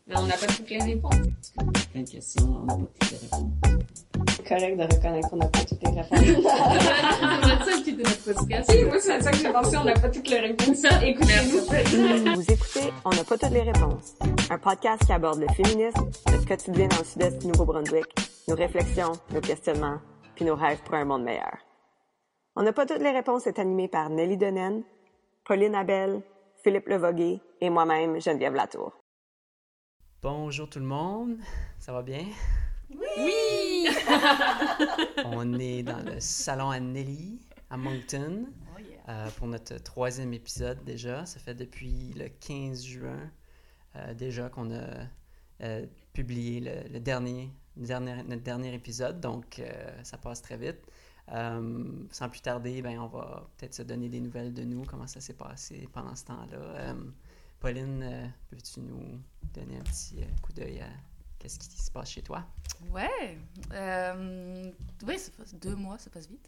Mais on n'a pas toutes les réponses. Plein de questions, on n'a pas toutes les réponses. C'est correct de reconnaître qu'on n'a pas toutes les réponses. C'est pas ça le titre de notre podcast. Si, moi, c'est ça que j'ai pensé, on n'a pas toutes les réponses. Écoutez-nous. Vous écoutez On n'a pas toutes les réponses, un podcast qui aborde le féminisme, notre quotidien dans le sud-est du Nouveau-Brunswick, nos réflexions, nos questionnements, puis nos rêves pour un monde meilleur. On n'a pas toutes les réponses est animé par Nelly Denaine, Pauline Abel, Philippe Levogué et moi-même, Geneviève Latour. Bonjour tout le monde, ça va bien? Oui! On est dans le salon à Nelly, à Moncton, Oh yeah. pour notre 3e épisode déjà. Ça fait depuis le 15 juin déjà qu'on a publié notre dernier épisode, donc ça passe très vite. Sans plus tarder, on va peut-être se donner des nouvelles de nous, comment ça s'est passé pendant ce temps-là. Pauline, peux-tu nous donner un petit coup d'œil à qu'est-ce qui se passe chez toi? Ouais, oui, ça passe 2 mois, ça passe vite.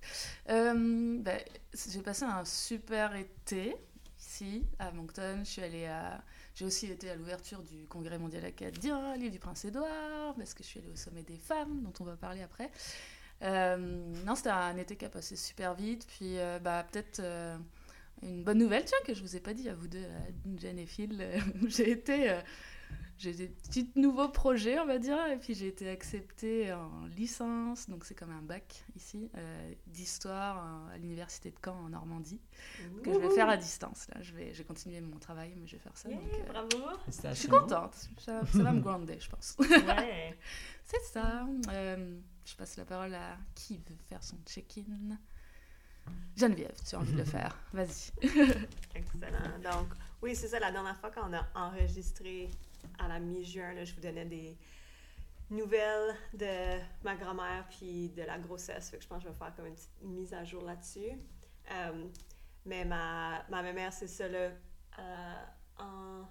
J'ai passé un super été ici à Moncton. J'ai aussi été à l'ouverture du Congrès mondial acadien, l'île du Prince-Édouard, parce que je suis allée au sommet des femmes, dont on va parler après. Non, c'était un été qui a passé super vite, puis peut-être une bonne nouvelle, tiens, que je vous ai pas dit à vous deux, Jen et Phil, où j'ai des petits nouveaux projets, on va dire, et puis j'ai été acceptée en licence, donc c'est comme un bac ici, d'histoire à l'université de Caen en Normandie, que je vais faire à distance. Là, j'ai continué mon travail, mais je vais faire ça. Yeah, donc, bravo! je suis contente, ça va me grounder, je pense. Ouais. C'est ça. Je passe la parole à qui veut faire son check-in. Geneviève, tu as envie de le faire. Vas-y. Excellent. Donc, oui, c'est ça. La dernière fois qu'on a enregistré à la mi-juin, là, je vous donnais des nouvelles de ma grand-mère puis de la grossesse. Fait que je pense que je vais faire comme une petite mise à jour là-dessus. Mais ma mère, c'est ça, là, à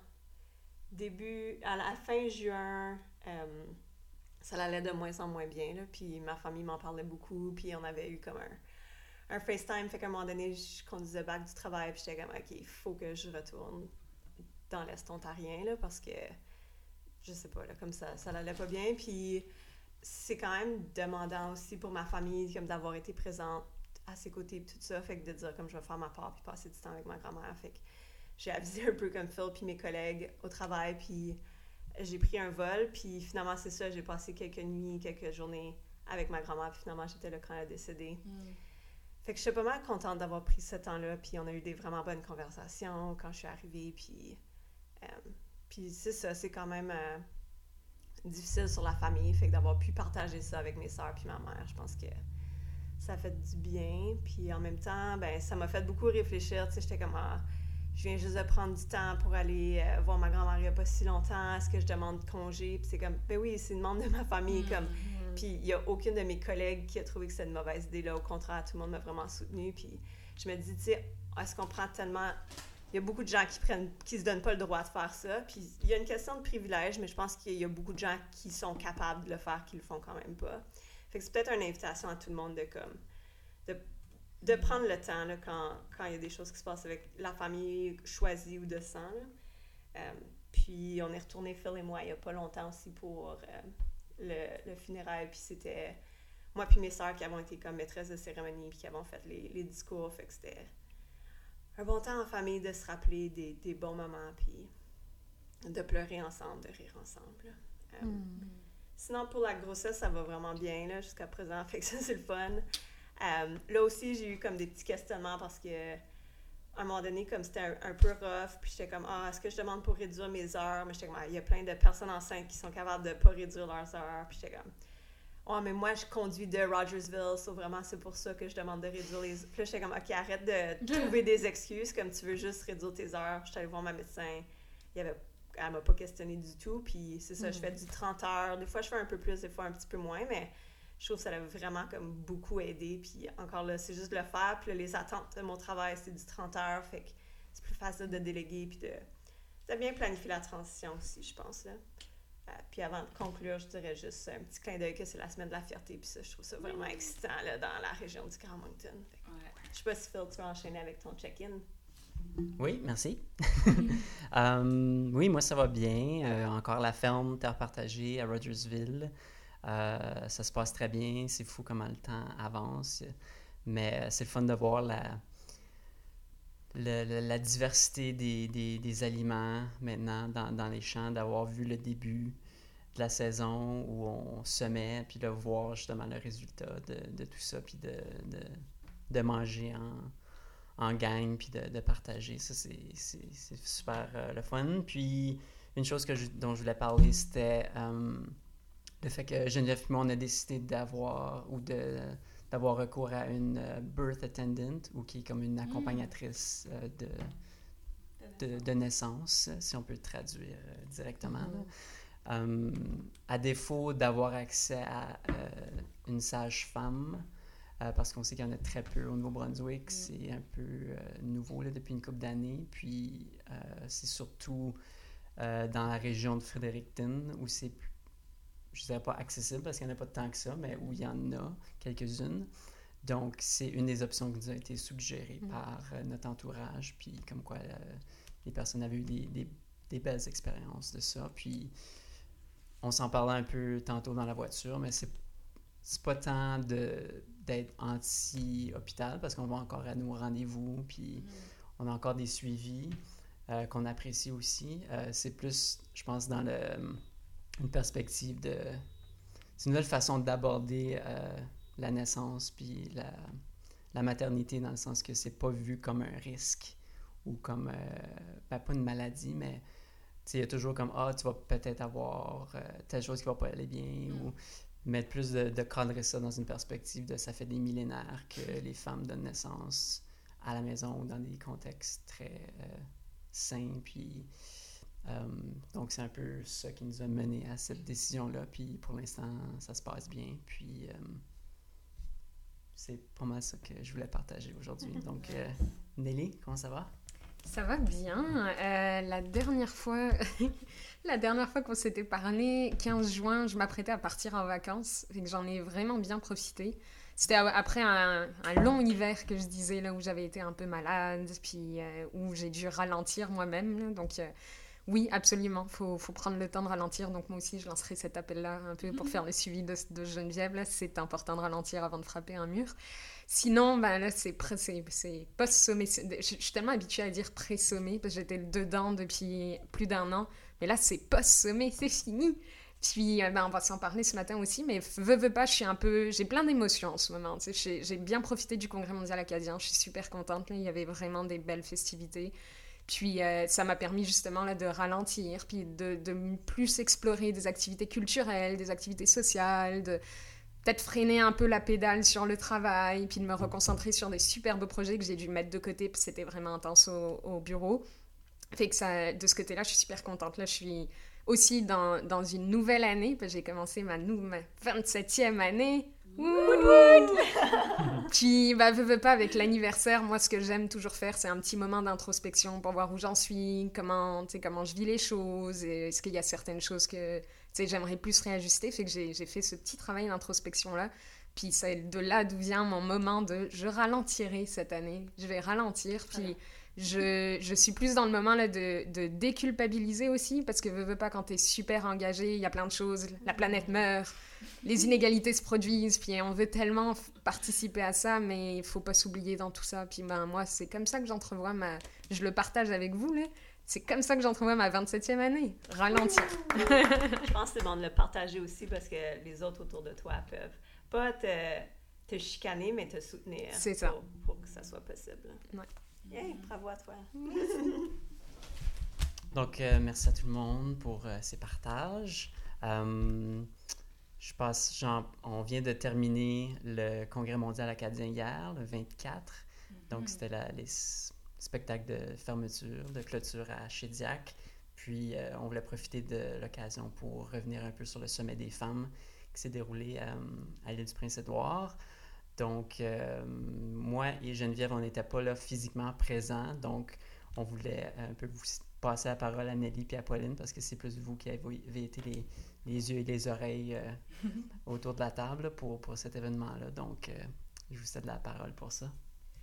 la fin juin, ça allait de moins en moins bien, là, puis ma famille m'en parlait beaucoup, puis on avait eu comme un FaceTime, fait qu'à un moment donné, je conduisais back du travail, puis j'étais comme, OK, il faut que je retourne dans l'Est ontarien, là, parce que, je sais pas, là, comme ça allait pas bien, puis c'est quand même demandant aussi pour ma famille, comme d'avoir été présente à ses côtés, puis tout ça, fait que de dire, comme, je vais faire ma part, puis passer du temps avec ma grand-mère, fait que j'ai avisé un peu comme Phil, puis mes collègues au travail, puis j'ai pris un vol, puis finalement, c'est ça, j'ai passé quelques nuits, quelques journées avec ma grand-mère, puis finalement, j'étais là quand elle a décédé. Fait que je suis pas mal contente d'avoir pris ce temps-là, puis on a eu des vraiment bonnes conversations quand je suis arrivée, puis c'est ça, c'est quand même difficile sur la famille, fait que d'avoir pu partager ça avec mes sœurs puis ma mère, je pense que ça fait du bien, puis en même temps, ça m'a fait beaucoup réfléchir, tu sais, j'étais comme, je viens juste de prendre du temps pour aller voir ma grand-mère il n'y a pas si longtemps, est-ce que je demande congé, puis c'est comme, oui, c'est une membre de ma famille, comme... Puis il n'y a aucune de mes collègues qui a trouvé que c'était une mauvaise idée, là. Au contraire, tout le monde m'a vraiment soutenue. Puis je me dis, tu sais, est-ce qu'on prend tellement... Il y a beaucoup de gens qui se donnent pas le droit de faire ça. Puis il y a une question de privilège, mais je pense qu'il y a beaucoup de gens qui sont capables de le faire, qui le font quand même pas. Fait que c'est peut-être une invitation à tout le monde de prendre le temps, là, quand il y a des choses qui se passent avec la famille choisie ou de sang, là. Puis on est retourné, Phil et moi, il y a pas longtemps aussi pour... le funérail, puis c'était moi puis mes sœurs qui avons été comme maîtresses de cérémonie puis qui avons fait les discours, fait que c'était un bon temps en famille de se rappeler des bons moments puis de pleurer ensemble, de rire ensemble. Sinon, pour la grossesse, ça va vraiment bien là, jusqu'à présent, fait que ça, c'est le fun. Là aussi, j'ai eu comme des petits questionnements parce que à un moment donné, comme c'était un peu rough, puis j'étais comme, est-ce que je demande pour réduire mes heures? Mais j'étais comme, il y a plein de personnes enceintes qui sont capables de pas réduire leurs heures, puis j'étais comme, mais moi, je conduis de Rogersville, so vraiment, c'est pour ça que je demande de réduire les... Puis là, j'étais comme, OK, arrête de trouver des excuses, comme tu veux juste réduire tes heures. J'étais allée voir ma médecin, elle m'a pas questionné du tout, puis c'est ça, je fais du 30 heures. Des fois, je fais un peu plus, des fois un petit peu moins, mais... Je trouve que ça a vraiment comme beaucoup aidé. Puis encore là, c'est juste de le faire. Puis là, les attentes de mon travail, c'est du 30 heures. Fait que c'est plus facile de déléguer puis de bien planifier la transition aussi, je pense. Là. Puis avant de conclure, je dirais juste un petit clin d'œil que c'est la semaine de la fierté. Puis ça, je trouve ça vraiment excitant là, dans la région du Grand Moncton. Je sais pas si Phil, tu vas enchaîner avec ton check-in. Oui, merci. Oui, moi ça va bien. Encore la ferme Terre partagée à Rogersville. Ça se passe très bien. C'est fou comment le temps avance. Mais c'est le fun de voir la diversité des aliments maintenant dans les champs, d'avoir vu le début de la saison où on semait, puis de voir justement le résultat de tout ça, puis de manger en gang, puis de partager. Ça, c'est super le fun. Puis, une chose dont je voulais parler, c'était le fait que Geneviève et moi, on a décidé d'avoir recours à une birth attendant, ou qui est comme une accompagnatrice de naissance, si on peut le traduire directement. Là. À défaut d'avoir accès à une sage-femme, parce qu'on sait qu'il y en a très peu au Nouveau-Brunswick, c'est un peu nouveau là, depuis une couple d'années. Puis c'est surtout dans la région de Fredericton où c'est, je dirais pas accessible parce qu'il n'y en a pas tant que ça, mais où il y en a quelques-unes. Donc c'est une des options qui nous a été suggérée par notre entourage, puis comme quoi les personnes avaient eu des belles expériences de ça. Puis on s'en parlait un peu tantôt dans la voiture, mais c'est pas tant d'être anti-hôpital parce qu'on va encore à nos rendez-vous, puis on a encore des suivis qu'on apprécie aussi. C'est plus, je pense, dans une perspective c'est une nouvelle façon d'aborder la naissance puis la maternité, dans le sens que c'est pas vu comme un risque ou comme, pas une maladie, mais il y a toujours comme, tu vas peut-être avoir telle chose qui va pas aller bien, ou mettre plus de cadrer ça dans une perspective de ça fait des millénaires que les femmes donnent naissance à la maison ou dans des contextes très sains. Puis, donc, c'est un peu ça qui nous a mené à cette décision-là. Puis, pour l'instant, ça se passe bien. Puis, c'est pas mal ça que je voulais partager aujourd'hui. Donc, Nelly, comment ça va? Ça va bien. La dernière fois qu'on s'était parlé, 15 juin, je m'apprêtais à partir en vacances et que j'en ai vraiment bien profité. C'était après un long hiver que je disais, là où j'avais été un peu malade, puis où j'ai dû ralentir moi-même. Là. Donc oui, absolument, faut prendre le temps de ralentir. Donc moi aussi, je lancerai cet appel-là un peu pour faire le suivi de Geneviève. Là. C'est important de ralentir avant de frapper un mur. Sinon, là, c'est post-sommet. Je suis tellement habituée à dire pré-sommet parce que j'étais dedans depuis plus d'1 an. Mais là, c'est post-sommet, c'est fini. Puis, on va s'en parler ce matin aussi, mais veux pas, j'ai plein d'émotions en ce moment. J'ai bien profité du Congrès mondial acadien, je suis super contente. Là, il y avait vraiment des belles festivités. Puis, ça m'a permis justement là, de ralentir, puis de plus explorer des activités culturelles, des activités sociales, de peut-être freiner un peu la pédale sur le travail, puis de me reconcentrer sur des super beaux projets que j'ai dû mettre de côté, parce que c'était vraiment intense au bureau. Fait que ça, de ce côté-là, je suis super contente. Là, je suis aussi dans une nouvelle année, parce que j'ai commencé ma 27e année. Puis, veux pas, avec l'anniversaire, moi, ce que j'aime toujours faire, c'est un petit moment d'introspection pour voir où j'en suis, comment je vis les choses, et est-ce qu'il y a certaines choses que j'aimerais plus réajuster. Fait que j'ai fait ce petit travail d'introspection-là. Puis c'est de là d'où vient mon moment de je ralentirai cette année. Je vais ralentir. Puis je suis plus dans le moment là, de déculpabiliser aussi, parce que veux pas, quand t'es super engagé, il y a plein de choses. La planète meurt, les inégalités se produisent, puis on veut tellement participer à ça, mais il faut pas s'oublier dans tout ça. Puis moi, c'est comme ça que j'entrevois je le partage avec vous, là. C'est comme ça que j'entrevois ma 27e année. Ralentir. Je pense que c'est bon de le partager aussi, parce que les autres autour de toi peuvent pas te chicaner, mais te soutenir. C'est ça. Pour que ça soit possible. Ouais. Yeah, bravo à toi. Donc, merci à tout le monde pour ces partages. Je pense, on vient de terminer le Congrès mondial acadien hier, le 24. Donc, c'était les spectacles de fermeture, de clôture à Shediac. Puis, on voulait profiter de l'occasion pour revenir un peu sur le sommet des femmes qui s'est déroulé à l'île du Prince-Édouard. Donc, moi et Geneviève, on n'était pas là physiquement présents. Donc, on voulait un peu vous passer la parole à Nelly et à Pauline, parce que c'est plus vous qui avez été les yeux et les oreilles autour de la table pour cet événement-là. Donc, je vous cède la parole pour ça.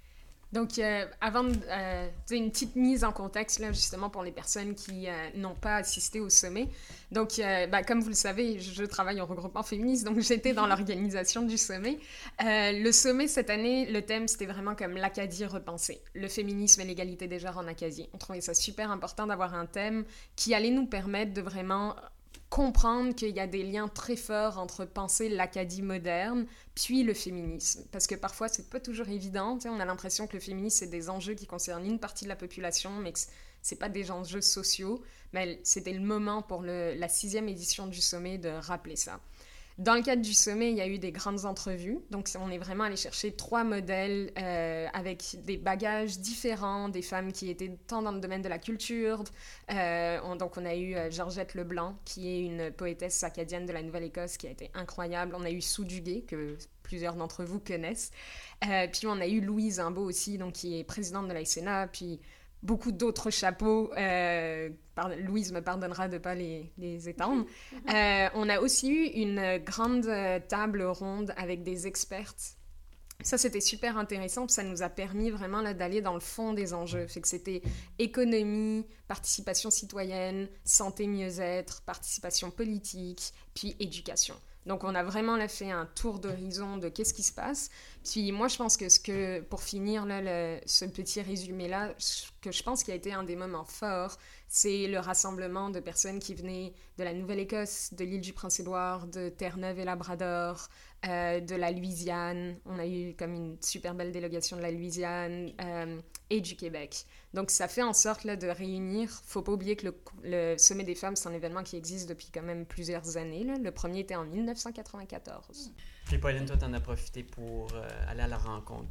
Donc, avant une petite mise en contexte, là, justement, pour les personnes qui n'ont pas assisté au sommet. Donc, comme vous le savez, je travaille au regroupement féministe, donc j'étais dans l'organisation du sommet. Le sommet, cette année, le thème, c'était vraiment comme l'Acadie repensée, le féminisme et l'égalité des genres en Acadie. On trouvait ça super important d'avoir un thème qui allait nous permettre de vraiment comprendre qu'il y a des liens très forts entre penser l'Acadie moderne puis le féminisme. Parce que parfois, c'est pas toujours évident. On a l'impression que le féminisme, c'est des enjeux qui concernent une partie de la population, mais que c'est pas des enjeux sociaux. Mais c'était le moment pour la 6e édition du sommet de rappeler ça. Dans le cadre du sommet, il y a eu des grandes entrevues. Donc, on est vraiment allé chercher 3 modèles avec des bagages différents, des femmes qui étaient tant dans le domaine de la culture. Donc, on a eu Georgette Leblanc, qui est une poétesse acadienne de la Nouvelle-Écosse, qui a été incroyable. On a eu Sue Duguay, que plusieurs d'entre vous connaissent. Puis, on a eu Louise Imbeau aussi, donc, qui est présidente de la SNA, puis beaucoup d'autres chapeaux. Louise me pardonnera de ne pas les étendre. On a aussi eu une grande table ronde avec des expertes. Ça, c'était super intéressant, puis ça nous a permis vraiment là, d'aller dans le fond des enjeux. Fait que c'était économie, participation citoyenne, santé, mieux-être, participation politique, puis éducation. Donc, on a vraiment là, fait un tour d'horizon de qu'est-ce qui se passe. Puis moi, je pense que pour finir là, ce petit résumé-là, que je pense qui a été un des moments forts, c'est le rassemblement de personnes qui venaient de la Nouvelle-Écosse, de l'île du Prince-Édouard, de Terre-Neuve et Labrador, de la Louisiane. On a eu comme une super belle délégation de la Louisiane et du Québec. Donc, ça fait en sorte là, de réunir. Faut pas oublier que le Sommet des femmes, c'est un événement qui existe depuis quand même plusieurs années. Là. Le premier était en 1994. Puis Pauline, toi, t'en as profité pour aller à la rencontre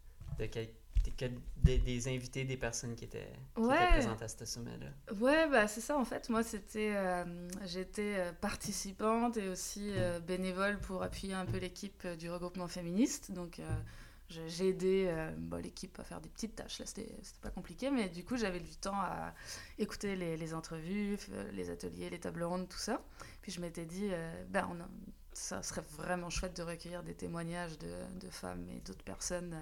des invités, des personnes qui étaient présentes à ce sommet-là. Ouais, bah c'est ça en fait. Moi, j'étais participante et aussi bénévole pour appuyer un peu l'équipe du regroupement féministe. Donc, j'ai aidé l'équipe à faire des petites tâches. Là, c'était pas compliqué, mais du coup, j'avais du temps à écouter les entrevues, les ateliers, les tables rondes, tout ça. Puis je m'étais dit, ça serait vraiment chouette de recueillir des témoignages de femmes et d'autres personnes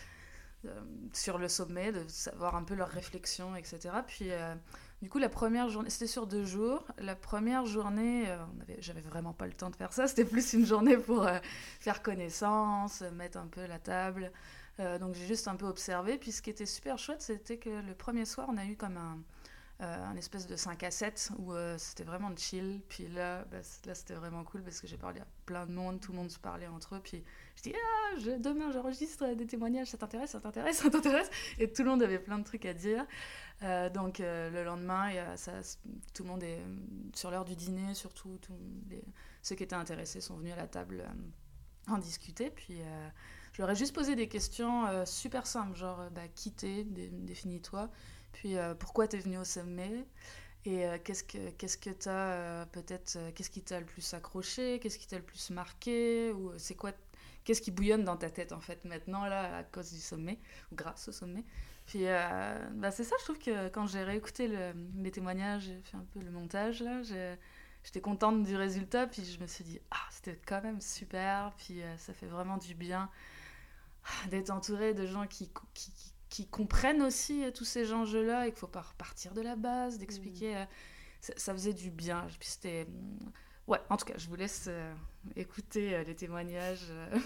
sur le sommet, de savoir un peu leurs réflexions, etc. Puis, du coup, la première journée, c'était sur 2 jours. La première journée, j'avais vraiment pas le temps de faire ça. C'était plus une journée pour faire connaissance, mettre un peu la table. Donc, j'ai juste un peu observé. Puis, ce qui était super chouette, c'était que le premier soir, on a eu comme un espèce de 5 à 7 où c'était vraiment chill. Puis là, c'était vraiment cool parce que j'ai parlé à plein de monde, tout le monde se parlait entre eux. Puis je dis, demain j'enregistre des témoignages, ça t'intéresse? Et tout le monde avait plein de trucs à dire. Donc le lendemain, tout le monde est sur l'heure du dîner, surtout ceux qui étaient intéressés sont venus à la table en discuter. Puis je leur ai juste posé des questions super simples, genre qui t'es, définis-toi. Puis pourquoi t'es venu au sommet et qu'est-ce que t'as peut-être qu'est-ce qui t'a le plus accroché, qu'est-ce qui t'a le plus marqué, ou qu'est-ce qui bouillonne dans ta tête en fait maintenant là à cause du sommet ou grâce au sommet. Puis c'est ça, je trouve que quand j'ai réécouté les témoignages, j'ai fait un peu le montage là, j'étais contente du résultat, puis je me suis dit c'était quand même super, puis ça fait vraiment du bien d'être entourée de gens qui comprennent aussi tous ces enjeux-là et qu'il ne faut pas repartir de la base, d'expliquer. Ça faisait du bien. Puis c'était... Ouais, en tout cas, je vous laisse écouter les témoignages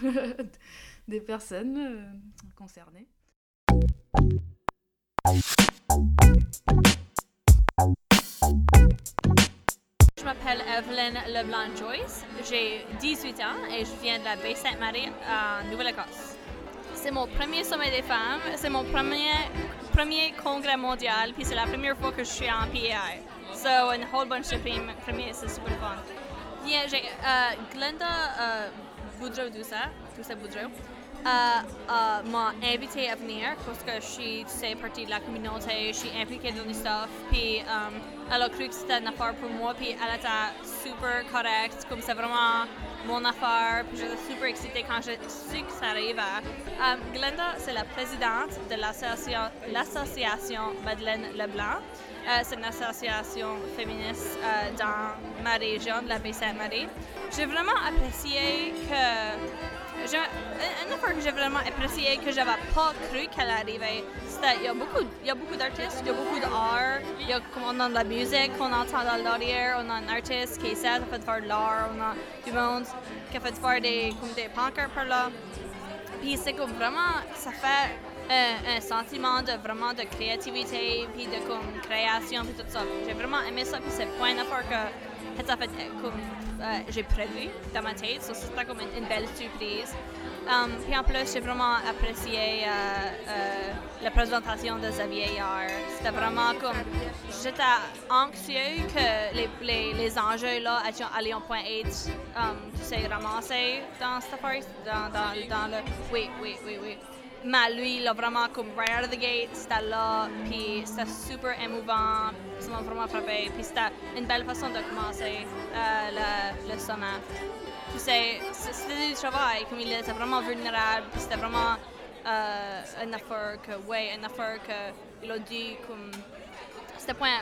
des personnes concernées. Je m'appelle Evelyn Leblanc-Joyce, j'ai 18 ans et je viens de la baie Sainte-Marie en Nouvelle-Écosse. C'est mon premier sommet des femmes, c'est mon premier congrès mondial, puis c'est la première fois que je suis en PAI. So, a whole bunch de premiers, c'est super fun. Bien, j'ai Glenda Boudreau-Doucet m'a invité à venir parce que je suis, partie de la communauté, je suis impliquée dans les stuff, puis elle a cru que c'était une affaire pour moi, puis elle était super correcte, comme c'est vraiment mon affaire, puis j'étais super excitée quand j'ai su que ça arrivait. Glenda, c'est la présidente de l'association Madeleine Leblanc. C'est une association féministe dans ma région, de la baie Sainte-Marie. J'ai vraiment apprécié que une affaire que j'ai vraiment appréciée, que j'avais pas cru qu'elle arrivait, c'était il y a beaucoup d'artistes, il y a beaucoup d'art, il y a comme on a de la musique qu'on entend dans l'arrière, on a un artiste qui essaie de faire de l'art, on a du monde qui a fait faire des pancartes par là. Puis c'est comme vraiment, ça fait un sentiment de vraiment de créativité, puis de comme création, puis tout ça. J'ai vraiment aimé ça, puis c'est pas une affaire que ça fait comme j'ai prévu dans ma tête, so c'était comme une belle surprise. Puis en plus, j'ai vraiment apprécié la présentation de Xavier hier. C'était vraiment comme, j'étais anxieux que les enjeux là allaient en point 8, tu sais, ramassés dans cette affaire, dans le, oui. Mais lui, il a vraiment comme right out of the gate, c'était là, puis c'était super émouvant, ça m'a vraiment frappé, puis c'était une belle façon de commencer le sommet. Puis c'était du travail, comme il était vraiment vulnérable, puis c'était vraiment une affaire qu'il a dit comme, c'était point,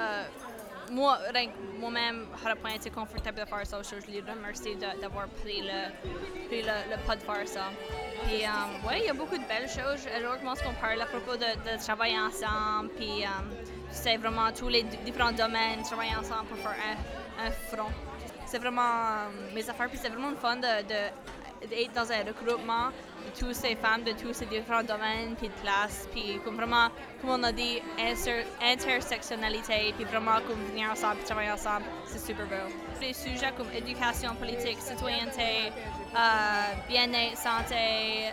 moi-même, j'aurais pas été confortable de faire ça, je lui remercie d'avoir pris le pas de faire ça. Puis, il y a beaucoup de belles choses. Alors, je pense qu'on parle à propos de travailler ensemble, puis c'est vraiment tous les différents domaines, travailler ensemble pour faire un front. C'est vraiment mes affaires, puis c'est vraiment le fun d'être dans un regroupement de toutes ces femmes de tous ces différents domaines, puis de classes, puis comme vraiment, comme on a dit, intersectionnalité, puis vraiment comme venir ensemble, puis travailler ensemble, c'est super beau. Les sujets comme éducation politique, citoyenneté, bien-être, santé,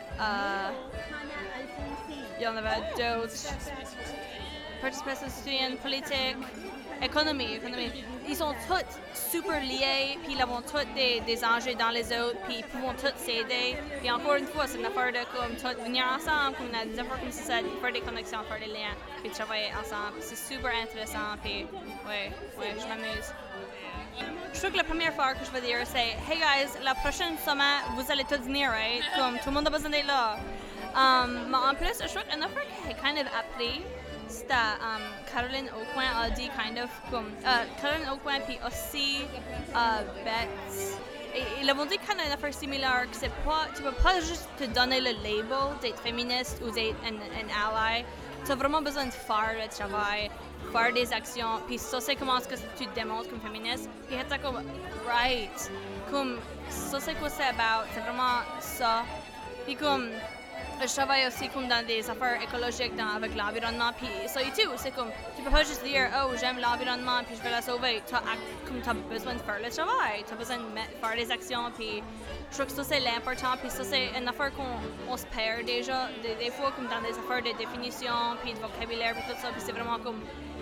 il y en avait d'autres, participation citoyenne, politique, économie. Ils sont tous super liés, puis ils ont tous des enjeux dans les autres, puis ils vont tous s'aider. Puis encore une fois, c'est une affaire de comme tous venir ensemble, comme des affaires comme ça, faire des connexions, faire des liens, puis travailler ensemble. C'est super intéressant, puis ouais, je m'amuse. Je trouve que la première fois que je veux dire, c'est « Hey guys, la prochaine sommet, vous allez tous venir, right? Comme tout le monde a besoin d'être là. » Mais en plus, je trouve qu'une affaire que j'ai kind of appris, c'était Caroline Aucoin a dit kind of comme Caroline Aucoin puis aussi Beth. Ils ont dit kind of une affaire similaire que c'est pas, tu peux pas juste te donner le label d'être féministe ou d'être un ally. Tu as vraiment besoin de faire le travail, faire des actions, puis ça c'est comment est-ce que tu te démontres comme féministe. Puis c'est comme right, comme ça c'est quoi c'est about, c'est vraiment ça. Puis comme je travaille aussi comme dans des affaires écologiques avec l'environnement, puis ça et tout. C'est comme, tu peux pas juste dire, oh, j'aime l'environnement, puis je vais la sauver. Tu as besoin de faire le travail, tu as besoin de faire des actions, puis je trouve que ça c'est l'important, puis ça c'est une affaire qu'on se perd déjà, des fois comme dans des affaires de définition, puis de vocabulaire, puis tout ça, puis c'est vraiment comme,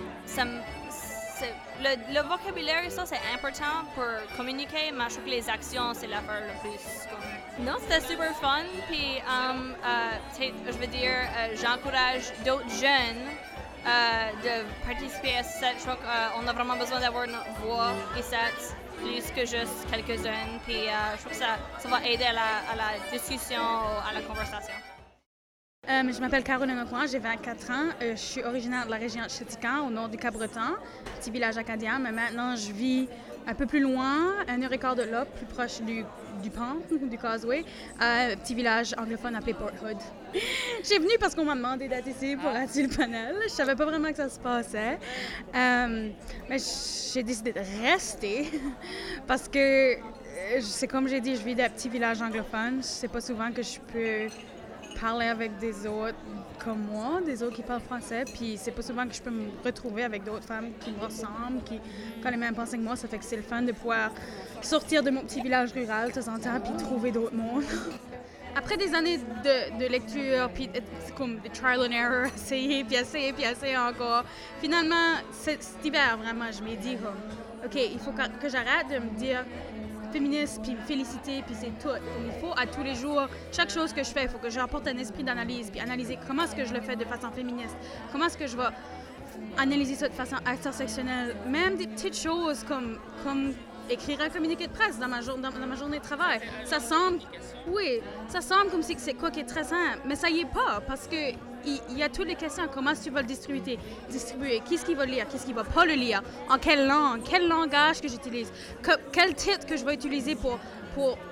le vocabulaire, ça c'est important pour communiquer, mais je trouve que les actions c'est l'affaire le plus comme... Non, c'était super fun, puis je veux dire, j'encourage d'autres jeunes de participer à cette. Je crois qu'on a vraiment besoin d'avoir notre voix ici, plus que juste quelques-unes, puis je trouve que ça va aider à la discussion, à la conversation. Je m'appelle Caroline Aucoin, j'ai 24 ans. Je suis originaire de la région de Chétican, au nord du Cap-Breton, petit village acadien, mais maintenant je vis un peu plus loin, 1h15 de là, plus proche du pont, du causeway, un petit village anglophone appelé Port Hood. J'ai venu parce qu'on m'a demandé d'être ici pour être sur le panel. Je savais pas vraiment que ça se passait, mais j'ai décidé de rester parce que, c'est comme j'ai dit, je vis dans un petit village anglophone. C'est pas souvent que je peux parler avec des autres comme moi, des autres qui parlent français, puis c'est pas souvent que je peux me retrouver avec d'autres femmes qui me ressemblent, qui ont les mêmes pensées que moi. Ça fait que c'est le fun de pouvoir sortir de mon petit village rural de temps en temps, puis trouver d'autres mondes. Après des années de lecture, puis comme de trial and error, essayer encore, finalement, cet hiver, vraiment, je m'ai dit, OK, il faut que j'arrête de me dire féministe, puis me féliciter, puis c'est tout. Il faut à tous les jours, chaque chose que je fais, il faut que j'apporte un esprit d'analyse, puis analyser comment est-ce que je le fais de façon féministe, comment est-ce que je vais analyser ça de façon intersectionnelle, même des petites choses comme écrire un communiqué de presse dans ma journée de travail. Ça semble comme si c'est quoi qui est très simple, mais ça y est pas, parce que il y a toutes les questions. Comment est-ce que tu vas le distribuer? Qui est-ce qui va le lire? Qui est-ce qui va pas le lire? En quelle langue? Quel langage que j'utilise? Quel titre que je vais utiliser pour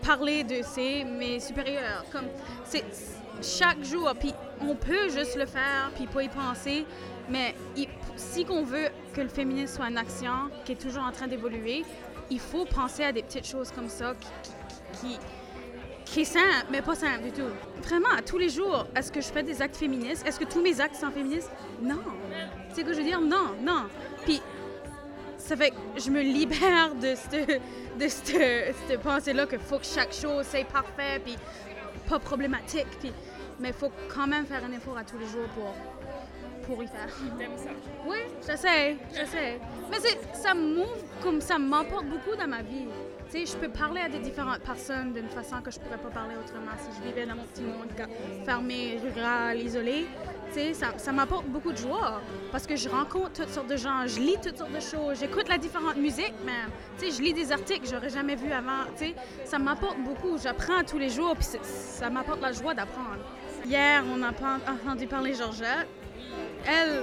parler de mes supérieurs. Comme, c'est chaque jour, puis on peut juste le faire, puis pas y penser, mais si on veut que le féminisme soit une action qui est toujours en train d'évoluer, il faut penser à des petites choses comme ça qui est simple, mais pas simple du tout. Vraiment, à tous les jours, est-ce que je fais des actes féministes? Est-ce que tous mes actes sont féministes? Non. Tu sais ce que je veux dire? Non. Puis, ça fait que je me libère de cette pensée-là qu'il faut que chaque chose soit parfait, puis pas problématique. Puis, mais il faut quand même faire un effort à tous les jours pour y faire. T'aimes ça? Oui, j'essaie. Mais ça m'emporte beaucoup dans ma vie. Tu sais, je peux parler à des différentes personnes d'une façon que je pourrais pas parler autrement si je vivais dans mon petit monde fermé, rural, isolé. Tu sais, ça m'apporte beaucoup de joie parce que je rencontre toutes sortes de gens, je lis toutes sortes de choses, j'écoute la différente musique même. Tu sais, je lis des articles que j'aurais jamais vus avant. Tu sais, ça m'apporte beaucoup. J'apprends tous les jours puis ça m'apporte la joie d'apprendre. Hier, on a entendu parler Georgette. Elle,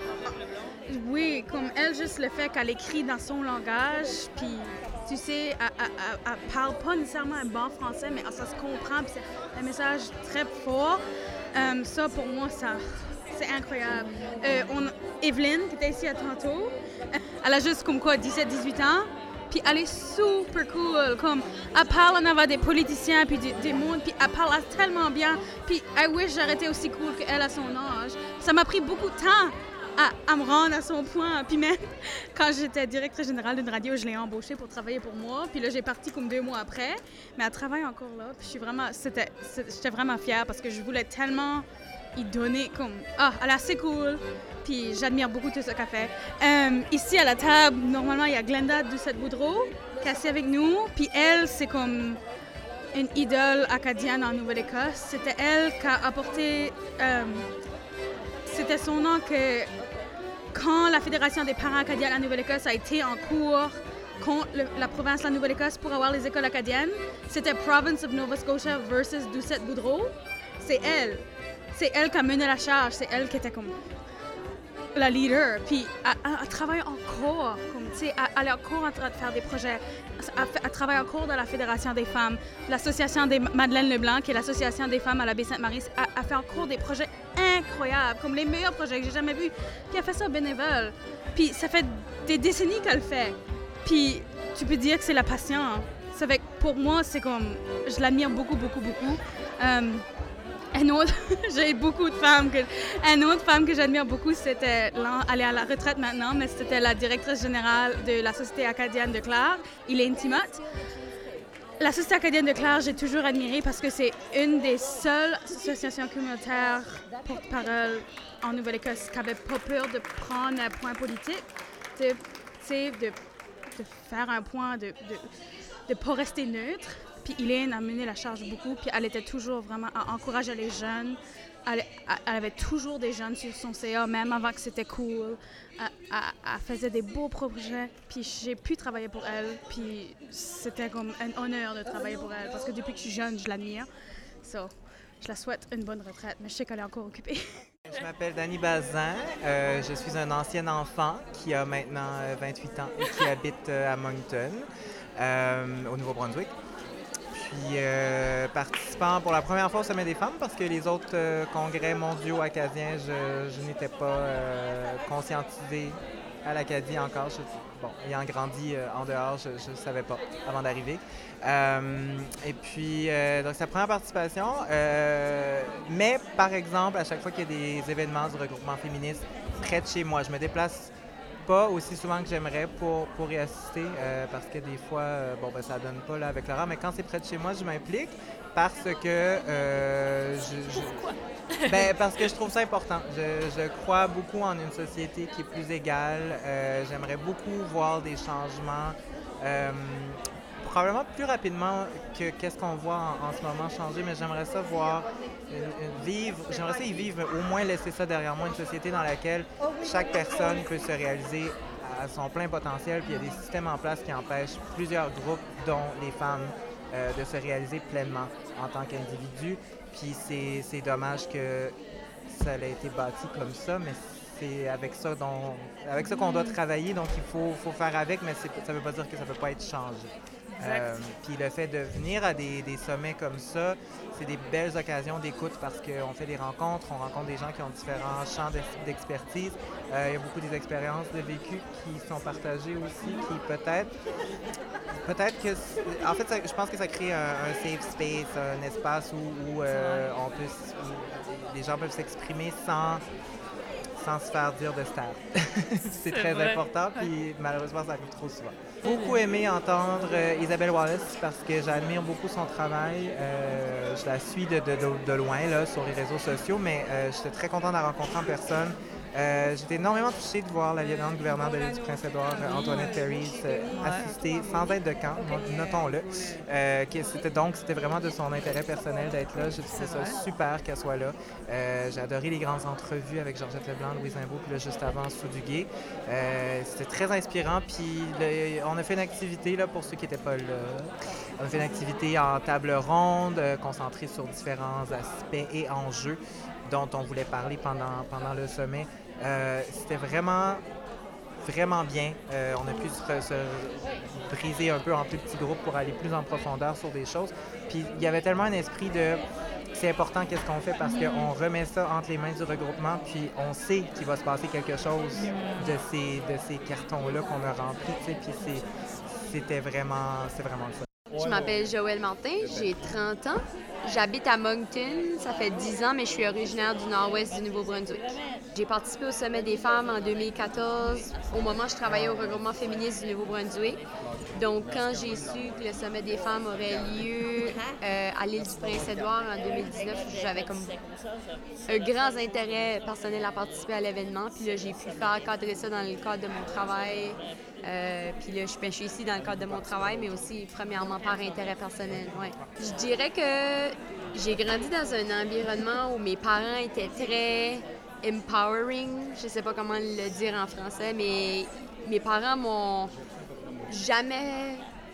oui, comme elle, juste le fait qu'elle écrit dans son langage, puis tu sais, elle parle pas nécessairement un bon français, mais ça se comprend, puis c'est un message très fort. Ça, pour moi, c'est incroyable. Evelyne, qui était ici à tantôt, elle a juste comme quoi 17-18 ans, puis elle est super cool, comme elle parle en avant des politiciens puis des mondes, puis elle parle tellement bien, puis I wish j'aurais été aussi cool qu'elle à son âge. Ça m'a pris beaucoup de temps à me rendre à son point, puis même quand j'étais directrice générale d'une radio, je l'ai embauchée pour travailler pour moi, puis là j'ai parti comme 2 mois après, mais elle travaille encore là, puis j'étais vraiment fière parce que je voulais tellement y donner comme elle est assez cool. Puis j'admire beaucoup tout ce qu'elle fait. Ici, à la table, normalement, il y a Glenda Doucette-Boudreau qui est assise avec nous. Puis elle, c'est comme une idole acadienne en Nouvelle-Écosse. C'était elle qui a apporté... c'était son nom que quand la Fédération des parents acadiens en Nouvelle-Écosse a été en cours contre la province de la Nouvelle-Écosse pour avoir les écoles acadiennes, c'était Province of Nova Scotia versus Doucette-Boudreau. C'est elle. C'est elle qui a mené la charge. C'est elle qui était comme... la leader, puis elle travaille encore, comme, tu sais, elle est encore en train de faire des projets. Elle travaille encore dans la Fédération des femmes, l'association des Madeleine Leblanc, qui est l'association des femmes à la Baie-Sainte-Marie. Elle fait encore des projets incroyables, comme les meilleurs projets que j'ai jamais vus. Puis elle fait ça bénévole. Puis ça fait des décennies qu'elle le fait. Puis tu peux dire que c'est la passion. Ça fait que pour moi, c'est comme, je l'admire beaucoup. J'ai beaucoup de femmes. Une autre femme que j'admire beaucoup, c'était, elle est à la retraite maintenant, mais c'était la directrice générale de la Société acadienne de Clare, Elaine Timoth. La Société acadienne de Clare, j'ai toujours admiré parce que c'est une des seules associations communautaires porte-parole en Nouvelle-Écosse qui n'avait pas peur de prendre un point politique, de faire un point, de ne pas rester neutre. Puis Elaine a mené la charge beaucoup, puis elle était toujours vraiment à encourager les jeunes. Elle avait toujours des jeunes sur son CA, même avant que c'était cool. Elle faisait des beaux projets, puis j'ai pu travailler pour elle. Puis c'était comme un honneur de travailler pour elle, parce que depuis que je suis jeune, je l'admire. So, je la souhaite une bonne retraite, mais je sais qu'elle est encore occupée. Je m'appelle Dani Bazin. Je suis un ancien enfant qui a maintenant 28 ans et qui habite à Moncton, au Nouveau-Brunswick. Puis participant pour la première fois au Sommet des femmes parce que les autres congrès mondiaux acadiens, je n'étais pas conscientisée à l'Acadie encore. Ayant grandi en dehors, je ne savais pas avant d'arriver. Et puis, donc c'est la première participation. Mais par exemple, à chaque fois qu'il y a des événements du regroupement féministe près de chez moi, je me déplace pas aussi souvent que j'aimerais pour y assister parce que des fois, ça donne pas là avec Laura, mais quand c'est près de chez moi, je m'implique parce que Pourquoi? Parce que je trouve ça important. Je crois beaucoup en une société qui est plus égale. J'aimerais beaucoup voir des changements probablement plus rapidement que qu'est-ce qu'on voit en ce moment changer, mais j'aimerais ça voir j'aimerais ça y vivre, mais au moins laisser ça derrière moi, une société dans laquelle chaque personne peut se réaliser à son plein potentiel, puis il y a des systèmes en place qui empêchent plusieurs groupes, dont les femmes, de se réaliser pleinement en tant qu'individus. Puis c'est dommage que ça ait été bâti comme ça, mais c'est avec ça qu'on doit travailler, donc il faut faire avec, mais ça ne veut pas dire que ça ne peut pas être changé. Exact. Puis le fait de venir à des sommets comme ça, c'est des belles occasions d'écoute parce qu'on fait des rencontres, on rencontre des gens qui ont différents champs d'expertise. Il y a beaucoup des expériences de vécu qui sont partagées aussi, qui peut-être que... En fait, je pense que ça crée un safe space, un espace où les gens peuvent s'exprimer sans se faire dire de se taire. C'est très vrai. important, puis malheureusement, ça arrive trop souvent. Beaucoup aimé entendre Isabelle Wallace parce que j'admire beaucoup son travail. Je la suis de loin là, sur les réseaux sociaux, mais j'étais très content de la rencontrer en personne. J'étais énormément touchée de voir la lieutenant gouverneur de l'île du Prince-Édouard, Antoinette Perry, assister sans être de camp, notons-le. C'était vraiment de son intérêt personnel d'être là. J'ai trouvé ça super qu'elle soit là. J'ai adoré les grandes entrevues avec Georgette Leblanc, Louise Imbeau, puis là, juste avant, Sous du Guet. C'était très inspirant. Puis on a fait une activité, là, pour ceux qui n'étaient pas là. On a fait une activité en table ronde, concentrée sur différents aspects et enjeux dont on voulait parler pendant le sommet. C'était vraiment bien. On a pu se briser un peu en plus petits groupes pour aller plus en profondeur sur des choses. Puis il y avait tellement un esprit de... C'est important qu'est-ce qu'on fait parce qu'on remet ça entre les mains du regroupement, puis on sait qu'il va se passer quelque chose de ces cartons-là qu'on a remplis. Puis c'est vraiment le fun. Je m'appelle Joëlle Martin, j'ai 30 ans. J'habite à Moncton, ça fait 10 ans, mais je suis originaire du nord-ouest du Nouveau-Brunswick. J'ai participé au Sommet des femmes en 2014. Au moment où je travaillais au regroupement féministe du Nouveau-Brunswick. Donc, quand j'ai su que le Sommet des femmes aurait lieu à l'île du Prince-Édouard en 2019, j'avais comme un grand intérêt personnel à participer à l'événement. Puis là, j'ai pu faire cadrer ça dans le cadre de mon travail. Puis là, je suis ici dans le cadre de mon travail, mais aussi, premièrement, par intérêt personnel. Ouais. Je dirais que j'ai grandi dans un environnement où mes parents étaient très empowering. Je sais pas comment le dire en français, mais mes parents m'ont jamais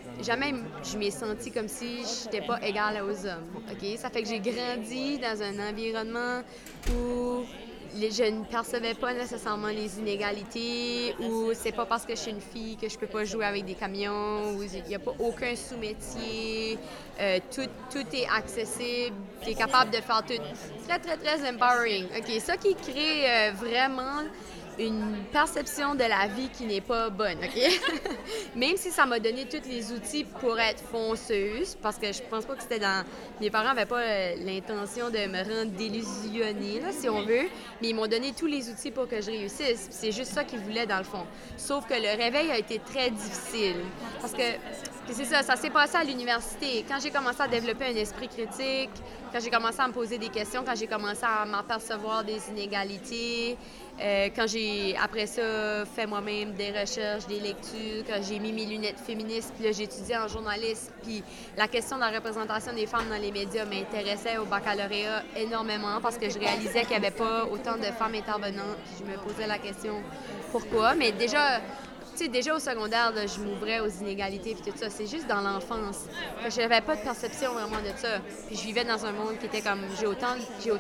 je m'ai sentie comme si je n'étais pas égale aux hommes. Okay? Ça fait que j'ai grandi dans un environnement où je ne percevais pas nécessairement les inégalités, où c'est pas parce que je suis une fille que je peux pas jouer avec des camions, où il n'y a pas aucun sous-métier, tout est accessible, tu es capable de faire tout. Très, très, très empowering. OK, ça qui crée vraiment une perception de la vie qui n'est pas bonne, OK? Même si ça m'a donné tous les outils pour être fonceuse, parce que je pense pas que c'était dans... Mes parents n'avaient pas l'intention de me rendre délusionnée, là, si on veut, mais ils m'ont donné tous les outils pour que je réussisse. C'est juste ça qu'ils voulaient, dans le fond. Sauf que le réveil a été très difficile, parce que c'est ça s'est passé à l'université. Quand j'ai commencé à développer un esprit critique, quand j'ai commencé à me poser des questions, quand j'ai commencé à m'apercevoir des inégalités, quand j'ai, après ça, fait moi-même des recherches, des lectures, quand j'ai mis mes lunettes féministes, puis là, j'ai étudié en journalisme, puis la question de la représentation des femmes dans les médias m'intéressait au baccalauréat énormément parce que je réalisais qu'il n'y avait pas autant de femmes intervenantes, puis je me posais la question pourquoi. Mais déjà au secondaire, là, je m'ouvrais aux inégalités et tout ça. C'est juste dans l'enfance. Je n'avais pas de perception vraiment de ça. Puis je vivais dans un monde qui était comme... J'ai autant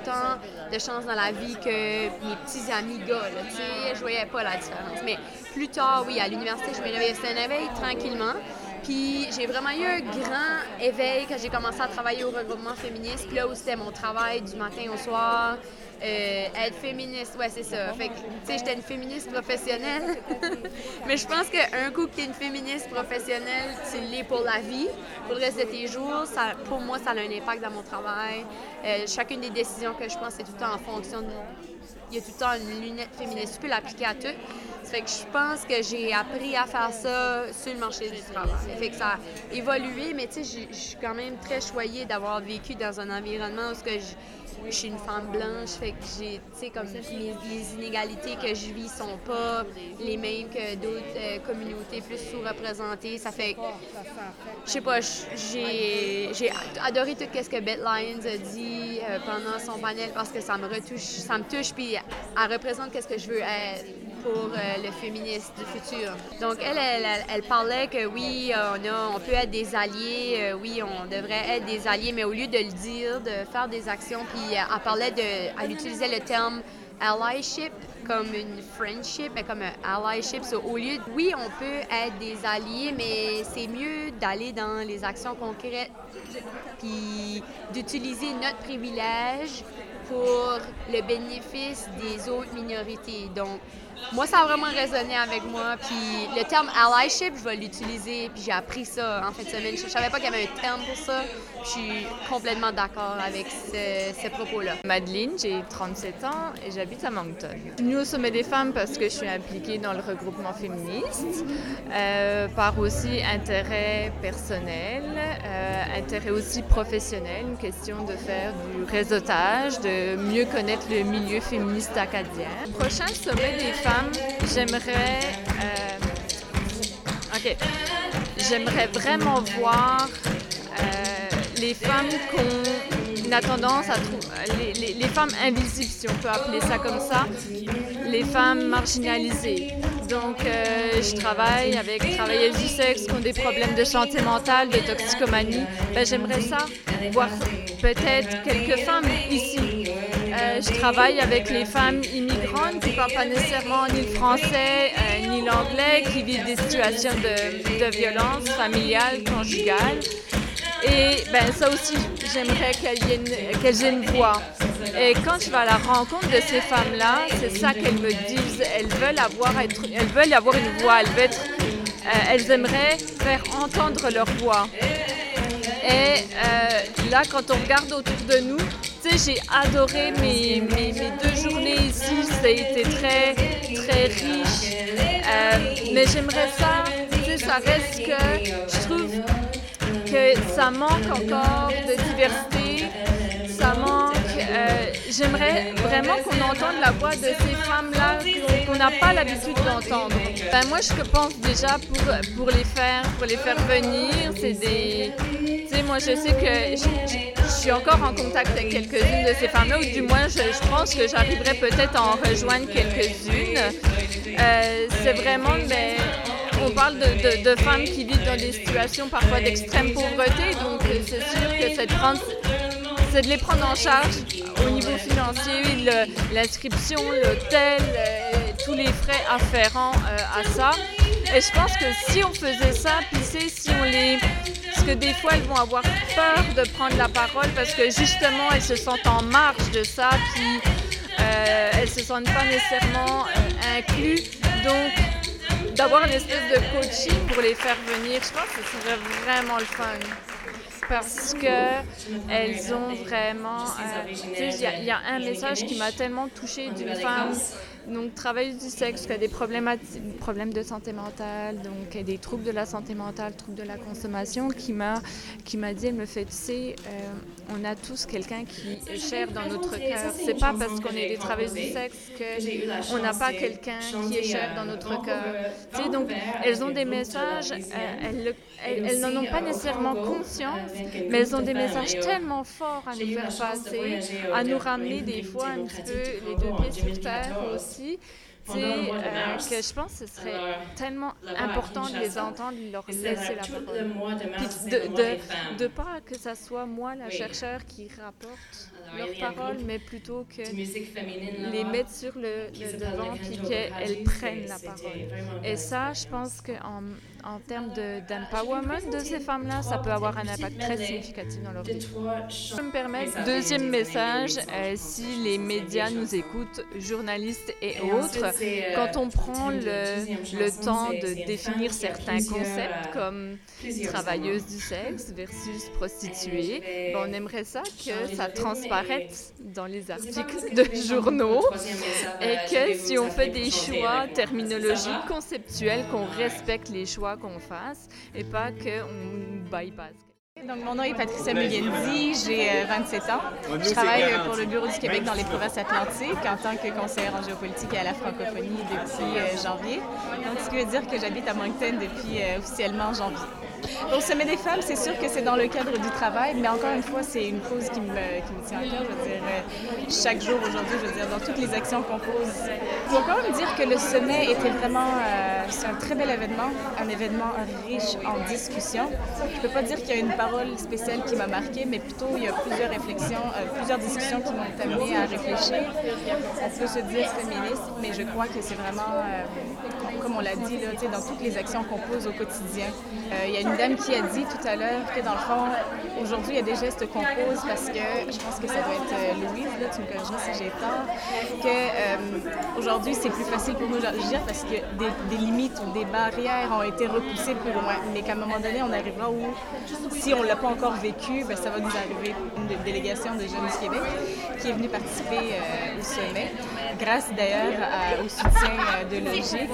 de chance dans la vie que mes petits amis gars, là, tu sais. Je voyais pas la différence. Mais plus tard, oui, à l'université, je me réveillais. C'était un réveil tranquillement. Puis j'ai vraiment eu un grand éveil quand j'ai commencé à travailler au regroupement féministe. Puis là où c'était mon travail du matin au soir. Être féministe, ouais, c'est ça. Fait que, tu sais, j'étais une féministe professionnelle. Mais je pense qu'un coup que tu es une féministe professionnelle, tu l'es pour la vie, pour le reste de tes jours. Pour moi, ça a un impact dans mon travail. Chacune des décisions que je prends, c'est tout le temps en fonction de... Il y a tout le temps une lunette féministe. Tu peux l'appliquer à tout. Ça fait que je pense que j'ai appris à faire ça sur le marché du travail. Ça fait que ça a évolué, mais tu sais, je suis quand même très choyée d'avoir vécu dans un environnement où je suis une femme blanche, fait que j'ai, tu sais, comme les inégalités que je vis sont pas les mêmes que d'autres communautés plus sous-représentées. Ça fait que, je sais pas, j'ai adoré tout ce que Beth Lyons a dit pendant son panel parce que ça me touche, puis elle représente qu'est-ce que je veux être pour le féministe du futur. Donc, elle parlait que oui, on peut être des alliés, oui, on devrait être des alliés, mais au lieu de le dire, de faire des actions, puis elle utilisait le terme allyship comme une friendship, mais comme un allyship. So, au lieu oui, on peut être des alliés, mais c'est mieux d'aller dans les actions concrètes puis d'utiliser notre privilège pour le bénéfice des autres minorités. Donc, moi, ça a vraiment résonné avec moi. Puis le terme allyship, je vais l'utiliser. Puis j'ai appris ça en fin de semaine. Je savais pas qu'il y avait un terme pour ça. Puis je suis complètement d'accord avec ce propos-là. Madeleine, j'ai 37 ans et j'habite à Moncton. Je suis venue au Sommet des femmes parce que je suis impliquée dans le regroupement féministe, par aussi intérêt personnel, intérêt aussi professionnel, une question de faire du réseautage, de mieux connaître le milieu féministe acadien. Le prochain Sommet des femmes, j'aimerais vraiment voir les femmes qu'on a tendance à trouver, les femmes invisibles, si on peut appeler ça comme ça, les femmes marginalisées. Donc, je travaille avec travailleuses du sexe qui ont des problèmes de santé mentale, de toxicomanie. J'aimerais ça, voir peut-être quelques femmes ici. Je travaille avec les femmes immigrantes qui ne parlent pas nécessairement ni le français ni l'anglais, qui vivent des situations de violence familiale, conjugale. Et ça aussi, j'aimerais qu'elles aient une voix. Et quand je vais à la rencontre de ces femmes-là, c'est ça qu'elles me disent. Elles veulent avoir une voix. Elles aimeraient faire entendre leur voix. Et là, quand on regarde autour de nous, j'ai adoré mes 2 journées ici. Ça a été très, très riche. Mais j'aimerais ça, ça reste que je trouve que ça manque encore de diversité, ça manque... j'aimerais vraiment qu'on entende la voix de ces femmes-là qu'on n'a pas l'habitude d'entendre. Moi, je pense déjà pour les faire venir, c'est des... Tu sais, moi, je sais que je suis encore en contact avec quelques-unes de ces femmes-là, ou du moins, je pense que j'arriverai peut-être à en rejoindre quelques-unes. C'est vraiment... On parle de femmes qui vivent dans des situations parfois d'extrême pauvreté, donc c'est sûr que c'est de les prendre en charge au niveau financier, l'inscription, l'hôtel, tous les frais afférents à ça. Et je pense que si on faisait ça, puis parce que des fois elles vont avoir peur de prendre la parole parce que justement elles se sentent en marge de ça, puis elles se sentent pas nécessairement incluses. Donc d'avoir une espèce de coaching pour les faire venir, je pense que ce serait vraiment le fun. Parce qu'elles ont vraiment... il y a un message qui m'a tellement touchée d'une femme, donc travailleuse du sexe, qui a des problèmes de santé mentale, donc des troubles de la santé mentale, troubles de la consommation, qui m'a dit, elle me fait, tu sais, on a tous quelqu'un qui est cher dans notre cœur. C'est pas parce qu'on est des travailleuses du sexe qu'on n'a pas quelqu'un qui est cher dans notre cœur. Tu sais, donc, elles ont des messages, elles n'en ont pas nécessairement conscience, mais elles ont des messages tellement forts à nous faire passer, à nous ramener des fois un petit peu les 2 pieds sur terre aussi. Que je pense que ce serait tellement important de les entendre, de leur laisser la parole. Puis de pas que ça soit moi, la chercheure, qui rapporte leurs paroles, mais plutôt que les mettre sur le devant puis qu'elles prennent la parole. Et ça, je pense qu'en termes d'empowerment de ces femmes-là, ça peut avoir un impact très significatif dans leur vie. Je me permets, deuxième message, si les médias nous écoutent, journalistes et autres, quand on prend le temps de définir certains concepts comme travailleuse du sexe versus prostituée, on aimerait ça que ça transparaisse dans les articles de journaux et que si on fait des choix terminologiques, conceptuels, qu'on respecte les choix qu'on fasse et pas qu'on bypass. Donc, mon nom est Patricia Mugendi, j'ai 27 ans. Je travaille pour le Bureau du Québec dans les provinces atlantiques en tant que conseillère en géopolitique et à la francophonie depuis janvier. Donc, ce qui veut dire que j'habite à Moncton depuis officiellement janvier. Au Sommet des femmes, c'est sûr que c'est dans le cadre du travail, mais encore une fois, c'est une cause qui me tient à cœur. Je veux dire, chaque jour aujourd'hui, je veux dire, dans toutes les actions qu'on pose. Il faut quand même dire que le sommet était vraiment, c'est un très bel événement, un événement riche en discussions. Je ne peux pas dire qu'il y a une parole spéciale qui m'a marquée, mais plutôt il y a plusieurs réflexions, plusieurs discussions qui m'ont amenée à réfléchir. On peut se dire féministe, mais je crois que c'est vraiment, comme on l'a dit, là, dans toutes les actions qu'on pose au quotidien. Il y a une dame qui a dit tout à l'heure que dans le fond, aujourd'hui, il y a des gestes qu'on pose parce que, je pense que ça doit être Louise, là, tu me corrigeras si j'ai tort, que aujourd'hui, c'est plus facile pour nous d'agir parce que des limites ou des barrières ont été repoussées plus loin. Mais qu'à un moment donné, on arrivera où, si on ne l'a pas encore vécu, bien, ça va nous arriver. Une délégation de Jeunes du Québec qui est venue participer au sommet, grâce d'ailleurs au soutien de Logique,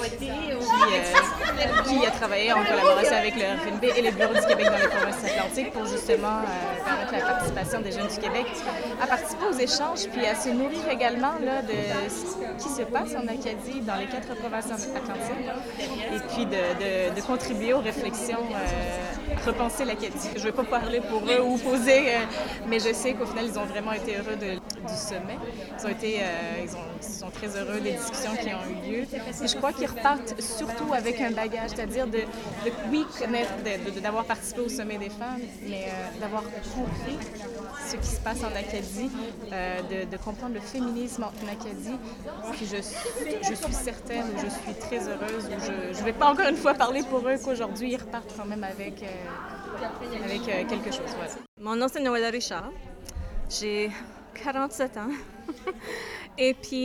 qui a travaillé en collaboration avec le RFNB et le Bureau du Québec dans les provinces atlantiques pour justement permettre la participation des Jeunes du Québec à participer aux échanges puis à se nourrir également là, de ce qui se passe en Acadie dans les 4 provinces atlantiques et puis de contribuer aux réflexions, repenser l'Acadie. Je ne vais pas parler pour eux ou poser, mais je sais qu'au final, ils ont vraiment été heureux du sommet. Ils sont très heureux des discussions qui ont eu lieu. Et je crois qu'ils repartent surtout avec un bagage, c'est-à-dire de connaître, d'avoir participé au sommet des femmes, mais d'avoir compris ce qui se passe en Acadie, de comprendre le féminisme en Acadie. Puis je suis certaine, je suis très heureuse, je ne vais pas encore une fois parler pour eux qu'aujourd'hui, ils repartent quand même avec quelque chose. Voilà. Mon nom, c'est Noëlla Richard. J'ai 47 ans. Et puis,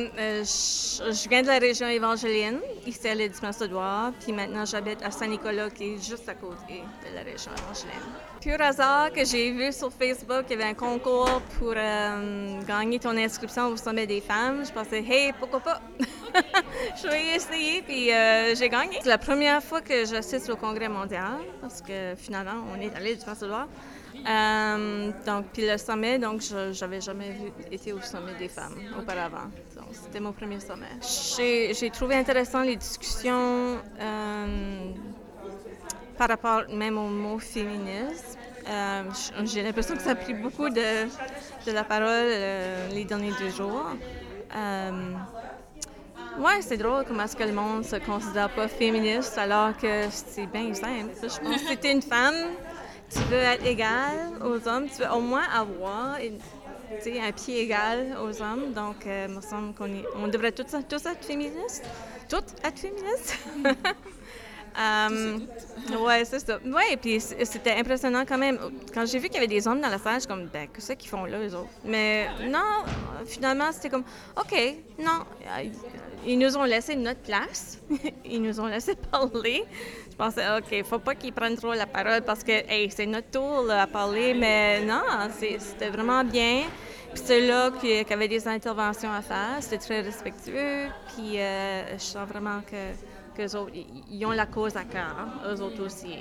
je viens de la région évangélienne, ici à l'île du Prince-Édouard. Puis maintenant, j'habite à Saint-Nicolas, qui est juste à côté de la région évangélienne. Pur hasard que j'ai vu sur Facebook, il y avait un concours pour gagner ton inscription au Sommet des femmes. Je pensais, hey, pourquoi pas? Je vais essayer, puis j'ai gagné. C'est la première fois que j'assiste au Congrès mondial, parce que finalement, on est à l'île du Prince-Édouard. Donc, puis le sommet, donc j'avais jamais été au sommet des femmes auparavant. Donc, c'était mon premier sommet. J'ai trouvé intéressant les discussions par rapport même au mot féminisme. J'ai l'impression que ça a pris beaucoup de la parole les derniers 2 jours. Ouais, c'est drôle comment est-ce que le monde se considère pas féministe alors que c'est bien simple. Je pense que si t'es une femme, tu veux être égale aux hommes, tu veux au moins avoir un pied égal aux hommes. Donc, il me semble qu'on devrait tous être féministes. Toutes être féministes. Ouais, c'est ça. Ouais, et puis c'était impressionnant quand même. Quand j'ai vu qu'il y avait des hommes dans la salle, je suis comme, ben, qu'est-ce qu'ils font là, eux autres? Mais non, finalement, c'était comme, OK, non. Ils nous ont laissé notre place. Ils nous ont laissé parler. Je pensais, OK, faut pas qu'ils prennent trop la parole parce que, hey, c'est notre tour là, à parler. Mais non, c'était vraiment bien. Puis ceux-là qui avaient des interventions à faire, c'était très respectueux. Puis je sens vraiment qu'eux autres, ils ont la cause à cœur, eux autres aussi.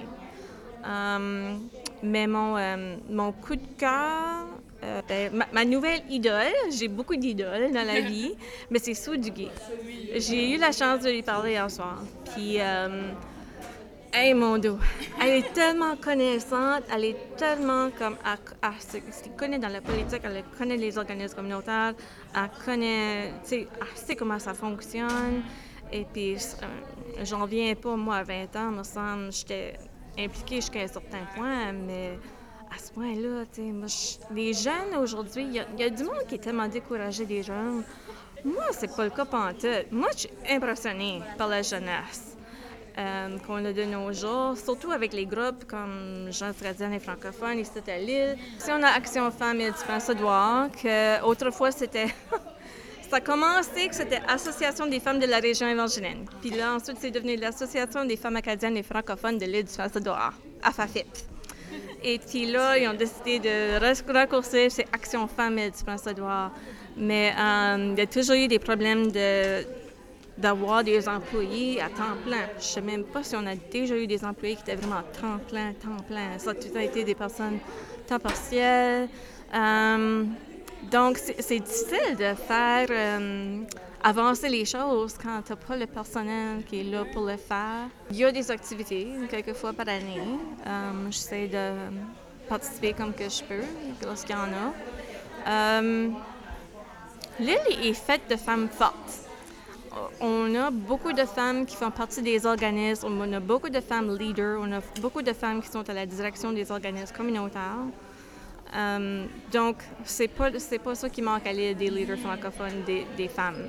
Mais mon coup de cœur, ma nouvelle idole, j'ai beaucoup d'idoles dans la vie, mais c'est Sue Duguay. J'ai eu la chance de lui parler hier soir. Puis, hey, mon dos, elle est tellement connaissante, elle est tellement comme, elle connaît dans la politique, elle connaît les organismes communautaires, elle connaît, elle sait comment ça fonctionne. Et puis, j'en viens pas, moi, à 20 ans, me semble, j'étais impliquée jusqu'à un certain point, mais à ce point-là, tu sais, les jeunes aujourd'hui, il y a du monde qui est tellement découragé des jeunes. Moi, c'est pas le cas pantoute. Moi, je suis impressionnée par la jeunesse qu'on a de nos jours, surtout avec les groupes comme Jeunes Fradiennes et francophones, ici à l'île. Si on a Action Femmes et du Prince-Édouard, qu'autrefois, c'était... Ça a commencé que c'était Association des femmes de la région évangélienne. Puis là, ensuite, c'est devenu l'Association des femmes acadiennes et francophones de l'île du Prince-Édouard, AFAFIT. Et puis là, ils ont décidé de raccourcir, c'est Action Femmes du Prince-Édouard. Mais il y a toujours eu des problèmes d'avoir des employés à temps plein. Je ne sais même pas si on a déjà eu des employés qui étaient vraiment à temps plein. Ça a tout été des personnes temps partiel. Donc, c'est difficile de faire avancer les choses quand tu n'as pas le personnel qui est là pour le faire. Il y a des activités, quelques fois par année. J'essaie de participer comme que je peux, lorsqu'il y en a. L'île est faite de femmes fortes. On a beaucoup de femmes qui font partie des organismes, on a beaucoup de femmes leaders, on a beaucoup de femmes qui sont à la direction des organismes communautaires. Donc, c'est pas ça qui manque à l'île des leaders francophones, des femmes.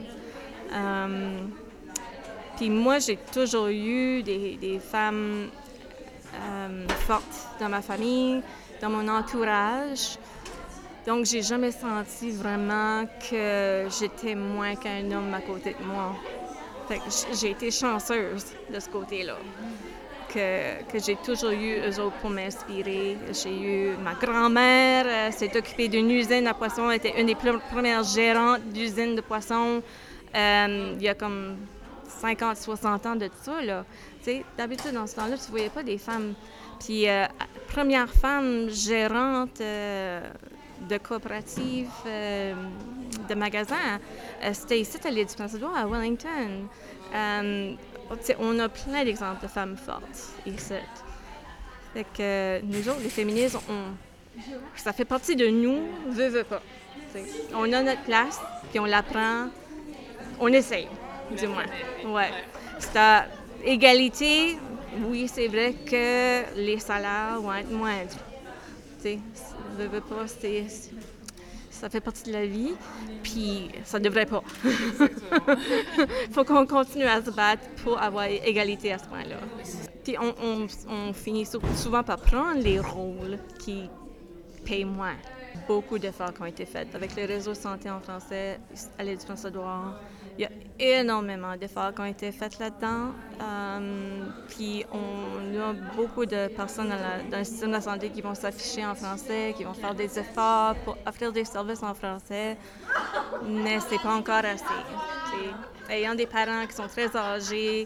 Puis moi, j'ai toujours eu des femmes fortes dans ma famille, dans mon entourage. Donc, j'ai jamais senti vraiment que j'étais moins qu'un homme à côté de moi. Fait que j'ai été chanceuse de ce côté-là. Que j'ai toujours eu eux autres pour m'inspirer. J'ai eu ma grand-mère, s'est occupée d'une usine à poissons, elle était une des premières gérantes d'usine de poissons il y a comme 50, 60 ans de ça, là. Tu sais, d'habitude, dans ce temps-là, tu ne voyais pas des femmes. Puis, première femme gérante de coopérative de magasins, c'était ici à l'île du Prince-Édouard, à Wellington. On a plein d'exemples de femmes fortes ici. Fait que nous autres, les féministes, ça fait partie de nous, veut pas. T'sais. On a notre place, puis on la prend, on essaye, du moins. Ouais. C'est à égalité, oui, c'est vrai que les salaires vont être moindres. T'sais, veut pas, ça fait partie de la vie, puis ça devrait pas. Il faut qu'on continue à se battre pour avoir égalité à ce point-là. Puis on finit souvent par prendre les rôles qui payent moins. Beaucoup d'efforts qui ont été faits avec le réseau de santé en français à l'île du Prince-Édouard. Il y a énormément d'efforts qui ont été faits là-dedans. Puis on a beaucoup de personnes dans le système de la santé qui vont s'afficher en français, qui vont faire des efforts pour offrir des services en français, mais c'est pas encore assez. T'sais. Ayant des parents qui sont très âgés,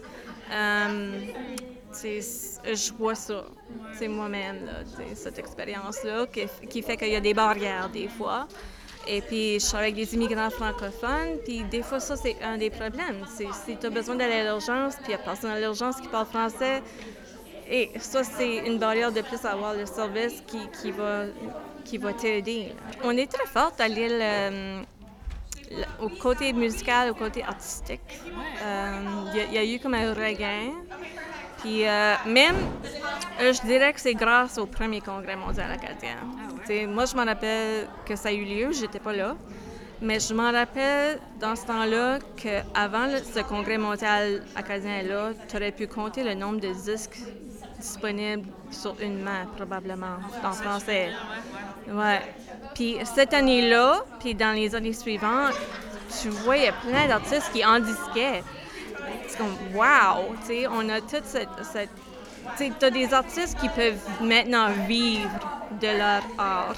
je vois ça, c'est moi-même, là, cette expérience-là, qui fait qu'il y a des barrières des fois. Et puis, je travaille avec des immigrants francophones, puis des fois, ça, c'est un des problèmes. Si tu as besoin d'aller à l'urgence, puis il n'y a personne à l'urgence qui parle français, et ça, c'est une barrière de plus à avoir le service qui va t'aider. On est très forte à l'île au côté musical, au côté artistique. Il y a eu comme un regain. Puis même, je dirais que c'est grâce au premier congrès mondial acadien. Moi, je me rappelle que ça a eu lieu, j'étais pas là, mais je m'en rappelle dans ce temps-là qu'avant ce congrès mondial acadien-là, tu aurais pu compter le nombre de disques disponibles sur une main, probablement, en français. Ouais. Puis cette année-là, puis dans les années suivantes, tu voyais plein d'artistes qui en disquaient. C'est comme, wow! T'sais, on a toute cette t'as des artistes qui peuvent maintenant vivre de leur art.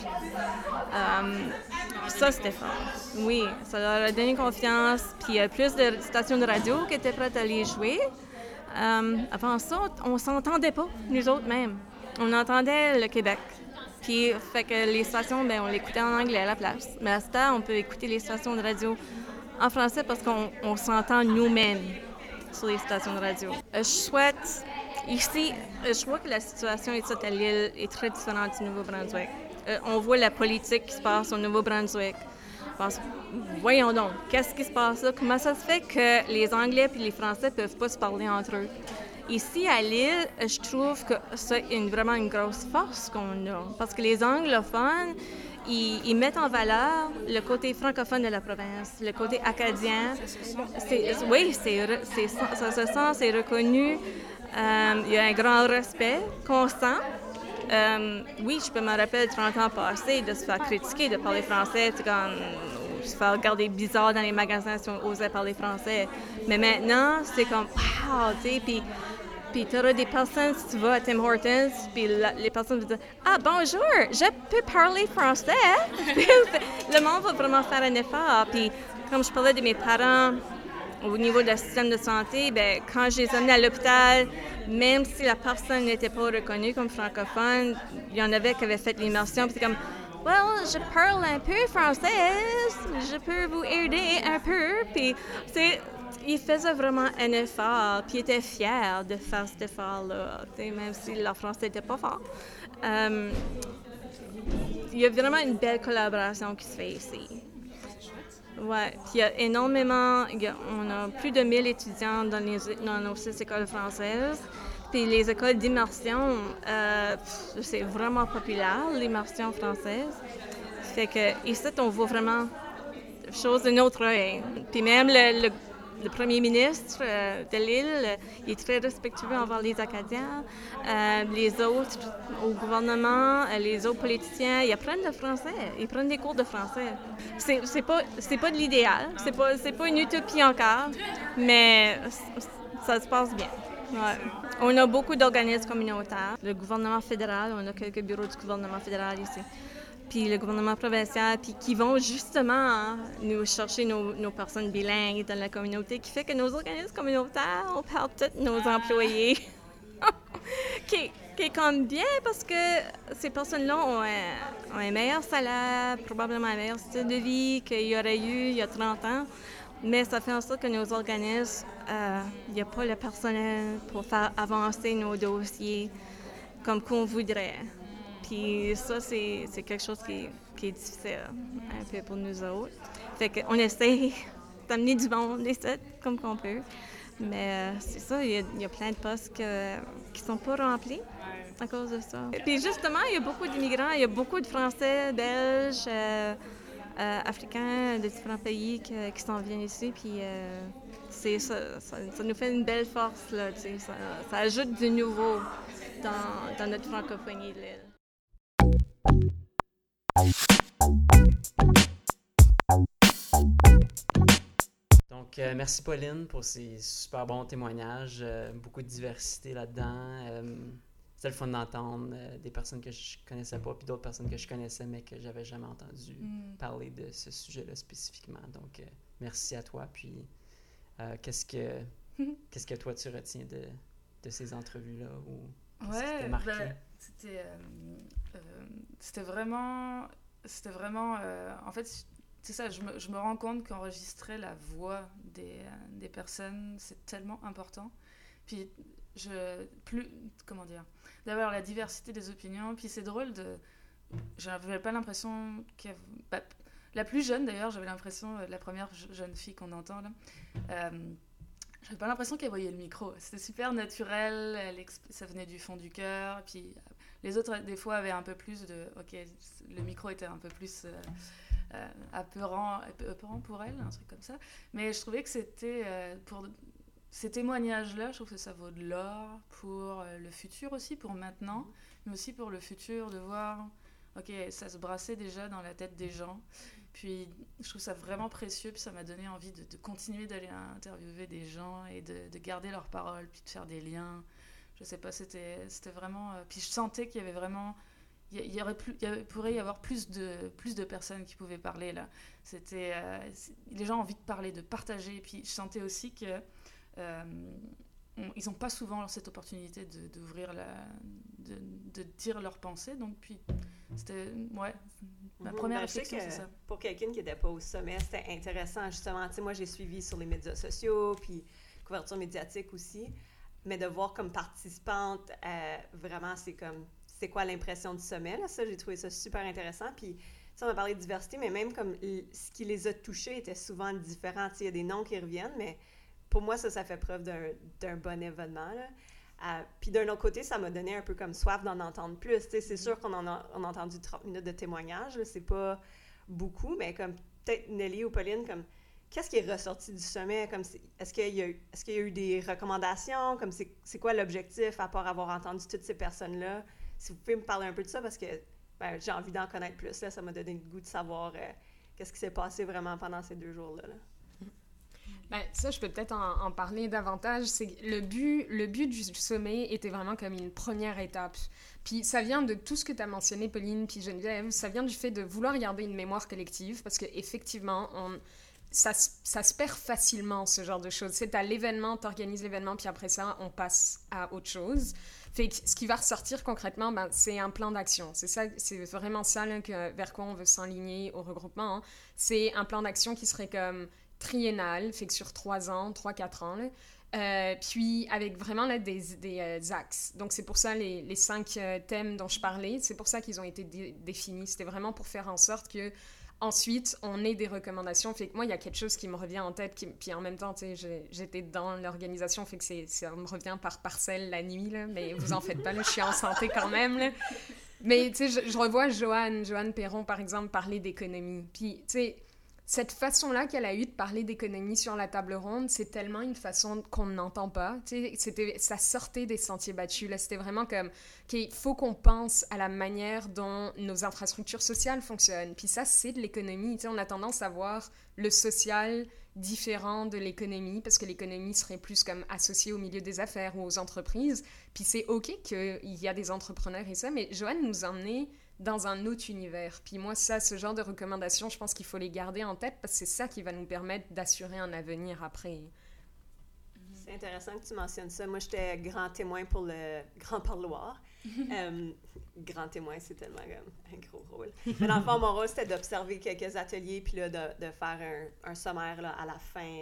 Ça, c'était fort. Oui, ça leur a donné confiance. Puis il y a plus de stations de radio qui étaient prêtes à les jouer. Avant ça, on s'entendait pas, nous autres même. On entendait le Québec. Puis, fait que les stations, on l'écoutait en anglais à la place. Mais à ce temps, on peut écouter les stations de radio en français parce qu'on s'entend nous-mêmes sur les stations de radio. Je souhaite, ici, je vois que la situation ici à l'île est très différente du Nouveau-Brunswick. On voit la politique qui se passe au Nouveau-Brunswick. Voyons donc, qu'est-ce qui se passe là? Comment ça se fait que les Anglais et les Français ne peuvent pas se parler entre eux? Ici, à l'île, je trouve que c'est vraiment une grosse force qu'on a. Parce que les anglophones, ils mettent en valeur le côté francophone de la province, le côté acadien. Oui, ça se sent, c'est reconnu. Il y a un grand respect constant. Oui, je peux me rappeler 30 ans passés de se faire critiquer de parler français, se faire regarder bizarre dans les magasins si on osait parler français. Mais maintenant, c'est comme, wow, tu sais, puis tu auras des personnes, si tu vas à Tim Hortons, puis les personnes vont dire « Ah, bonjour, je peux parler français! » Le monde va vraiment faire un effort. Puis, comme je parlais de mes parents au niveau du système de santé, quand je les amenais à l'hôpital, même si la personne n'était pas reconnue comme francophone, il y en avait qui avaient fait l'immersion, puis c'est comme « well, je parle un peu français, je peux vous aider un peu. Puis, il faisait vraiment un effort, puis il était fier de faire cet effort-là, même si leur français n'était pas fort. Il y a vraiment une belle collaboration qui se fait ici. Ouais, puis il y a énormément, on a plus de 1000 étudiants dans nos 6 écoles françaises. Puis les écoles d'immersion, c'est vraiment populaire, l'immersion française. Fait que ici, on voit vraiment choses d'un autre œil. Puis même le premier ministre de l'île, il est très respectueux envers les Acadiens. Les autres au gouvernement, les autres politiciens, ils apprennent le français. Ils prennent des cours de français. C'est pas de l'idéal. C'est pas une utopie encore, mais ça se passe bien. Ouais. On a beaucoup d'organismes communautaires. Le gouvernement fédéral, on a quelques bureaux du gouvernement fédéral ici. Puis le gouvernement provincial, puis qui vont justement nous chercher nos personnes bilingues dans la communauté, qui fait que nos organismes communautaires, on perd tous nos employés. qui est comme bien parce que ces personnes-là ont un meilleur salaire, probablement un meilleur style de vie qu'il y aurait eu il y a 30 ans. Mais ça fait en sorte que nos organismes, il n'y a pas le personnel pour faire avancer nos dossiers comme qu'on voudrait. Puis ça, c'est quelque chose qui est difficile un peu pour nous autres. Fait qu'on essaie d'amener du monde ici comme qu'on peut. Mais c'est ça, il y a plein de postes qui ne sont pas remplis à cause de ça. Puis justement, il y a beaucoup d'immigrants, il y a beaucoup de Français, Belges, Africains de différents pays qui s'en viennent ici. Puis ça nous fait une belle force, là, ça ajoute du nouveau dans notre francophonie de l'île. Donc, merci Pauline pour ces super bons témoignages. Beaucoup de diversité là-dedans. C'était le fun d'entendre des personnes que je connaissais pas, puis d'autres personnes que je connaissais, mais que j'avais jamais entendu parler de ce sujet-là spécifiquement. Donc, merci à toi. Puis, qu'est-ce que toi tu retiens de ces entrevues-là ou qu'est-ce qui t'a marqué? C'était vraiment en fait, c'est ça, je me rends compte qu'enregistrer la voix des personnes, c'est tellement important. Puis, d'avoir la diversité des opinions. Puis c'est drôle j'avais pas l'impression la plus jeune d'ailleurs, j'avais l'impression, la première jeune fille qu'on entend là, j'avais pas l'impression qu'elle voyait le micro. C'était super naturel, ça venait du fond du cœur. Puis les autres, des fois, avaient un peu plus le micro était un peu plus apeurant pour elle, un truc comme ça. Mais je trouvais que c'était, pour ces témoignages-là, je trouve que ça vaut de l'or pour le futur aussi, pour maintenant, mais aussi pour le futur, de voir, ça se brassait déjà dans la tête des gens. Puis je trouve ça vraiment précieux, puis ça m'a donné envie de continuer d'aller interviewer des gens et de garder leurs paroles, puis de faire des liens. Je sais pas, c'était vraiment... puis je sentais qu'il y avait vraiment... Il pourrait y avoir plus de personnes qui pouvaient parler, là. Les gens ont envie de parler, de partager. Puis je sentais aussi que ils n'ont pas souvent cette opportunité d'ouvrir de dire leurs pensées. Donc, puis, c'était... Ouais, ma première réflexion, c'est ça. Pour quelqu'un qui n'était pas au sommet, c'était intéressant, justement. Tu sais, moi, j'ai suivi sur les médias sociaux, puis couverture médiatique aussi. Mais de voir comme participante, vraiment, c'est quoi l'impression du sommet, là? Ça, j'ai trouvé ça super intéressant. Puis, on a parlé de diversité, mais même comme ce qui les a touchés était souvent différent. Tu sais, il y a des noms qui reviennent, mais pour moi, ça fait preuve d'un bon événement, là. Puis d'un autre côté, ça m'a donné un peu comme soif d'en entendre plus. Tu sais, c'est sûr qu'on a entendu 30 minutes de témoignages, là, c'est pas beaucoup, mais comme peut-être Nelly ou Pauline, comme qu'est-ce qui est ressorti du sommet? Comme est-ce qu'il y a eu des recommandations? Comme c'est quoi l'objectif à part avoir entendu toutes ces personnes-là? Si vous pouvez me parler un peu de ça, parce que j'ai envie d'en connaître plus. Là, ça m'a donné le goût de savoir qu'est-ce qui s'est passé vraiment pendant ces 2 jours-là. Ça, je peux peut-être en parler davantage. C'est le but du sommet était vraiment comme une première étape. Puis ça vient de tout ce que tu as mentionné, Pauline, puis Geneviève. Ça vient du fait de vouloir garder une mémoire collective, parce qu'effectivement, ça se perd facilement, ce genre de choses. C'est à l'événement, t'organises l'événement, puis après ça, on passe à autre chose. Fait que ce qui va ressortir concrètement, c'est un plan d'action. C'est vraiment ça là, vers quoi on veut s'enligner au regroupement. Hein. C'est un plan d'action qui serait comme triennal, fait que sur 3 ans, 3-4 ans, là. Puis avec vraiment là, des axes. Donc c'est pour ça les 5 thèmes dont je parlais, c'est pour ça qu'ils ont été définis. C'était vraiment pour faire en sorte que ensuite, on ait des recommandations. Fait que moi, il y a quelque chose qui me revient en tête. Puis en même temps, tu sais, j'étais dans l'organisation. Fait que ça me revient par parcelle la nuit, là. Mais vous en faites pas, là. Je suis en santé quand même, là. Mais, tu sais, je revois Joanne Perron, par exemple, parler d'économie. Puis, tu sais, cette façon-là qu'elle a eue de parler d'économie sur la table ronde, c'est tellement une façon qu'on n'entend pas. Tu sais, ça sortait des sentiers battus. Là. C'était vraiment comme, il faut qu'on pense à la manière dont nos infrastructures sociales fonctionnent. Puis ça, c'est de l'économie. Tu sais, on a tendance à voir le social différent de l'économie, parce que l'économie serait plus comme associée au milieu des affaires ou aux entreprises. Puis c'est OK qu'il y a des entrepreneurs et ça, mais Joanne nous emmenait dans un autre univers. Puis moi, ce genre de recommandations, je pense qu'il faut les garder en tête parce que c'est ça qui va nous permettre d'assurer un avenir après. C'est intéressant que tu mentionnes ça. Moi, j'étais grand témoin pour le Grand Parloir. Grand témoin, c'est tellement un gros rôle. Mais dans le fond, mon rôle, c'était d'observer quelques ateliers puis là, de faire un sommaire là, à la fin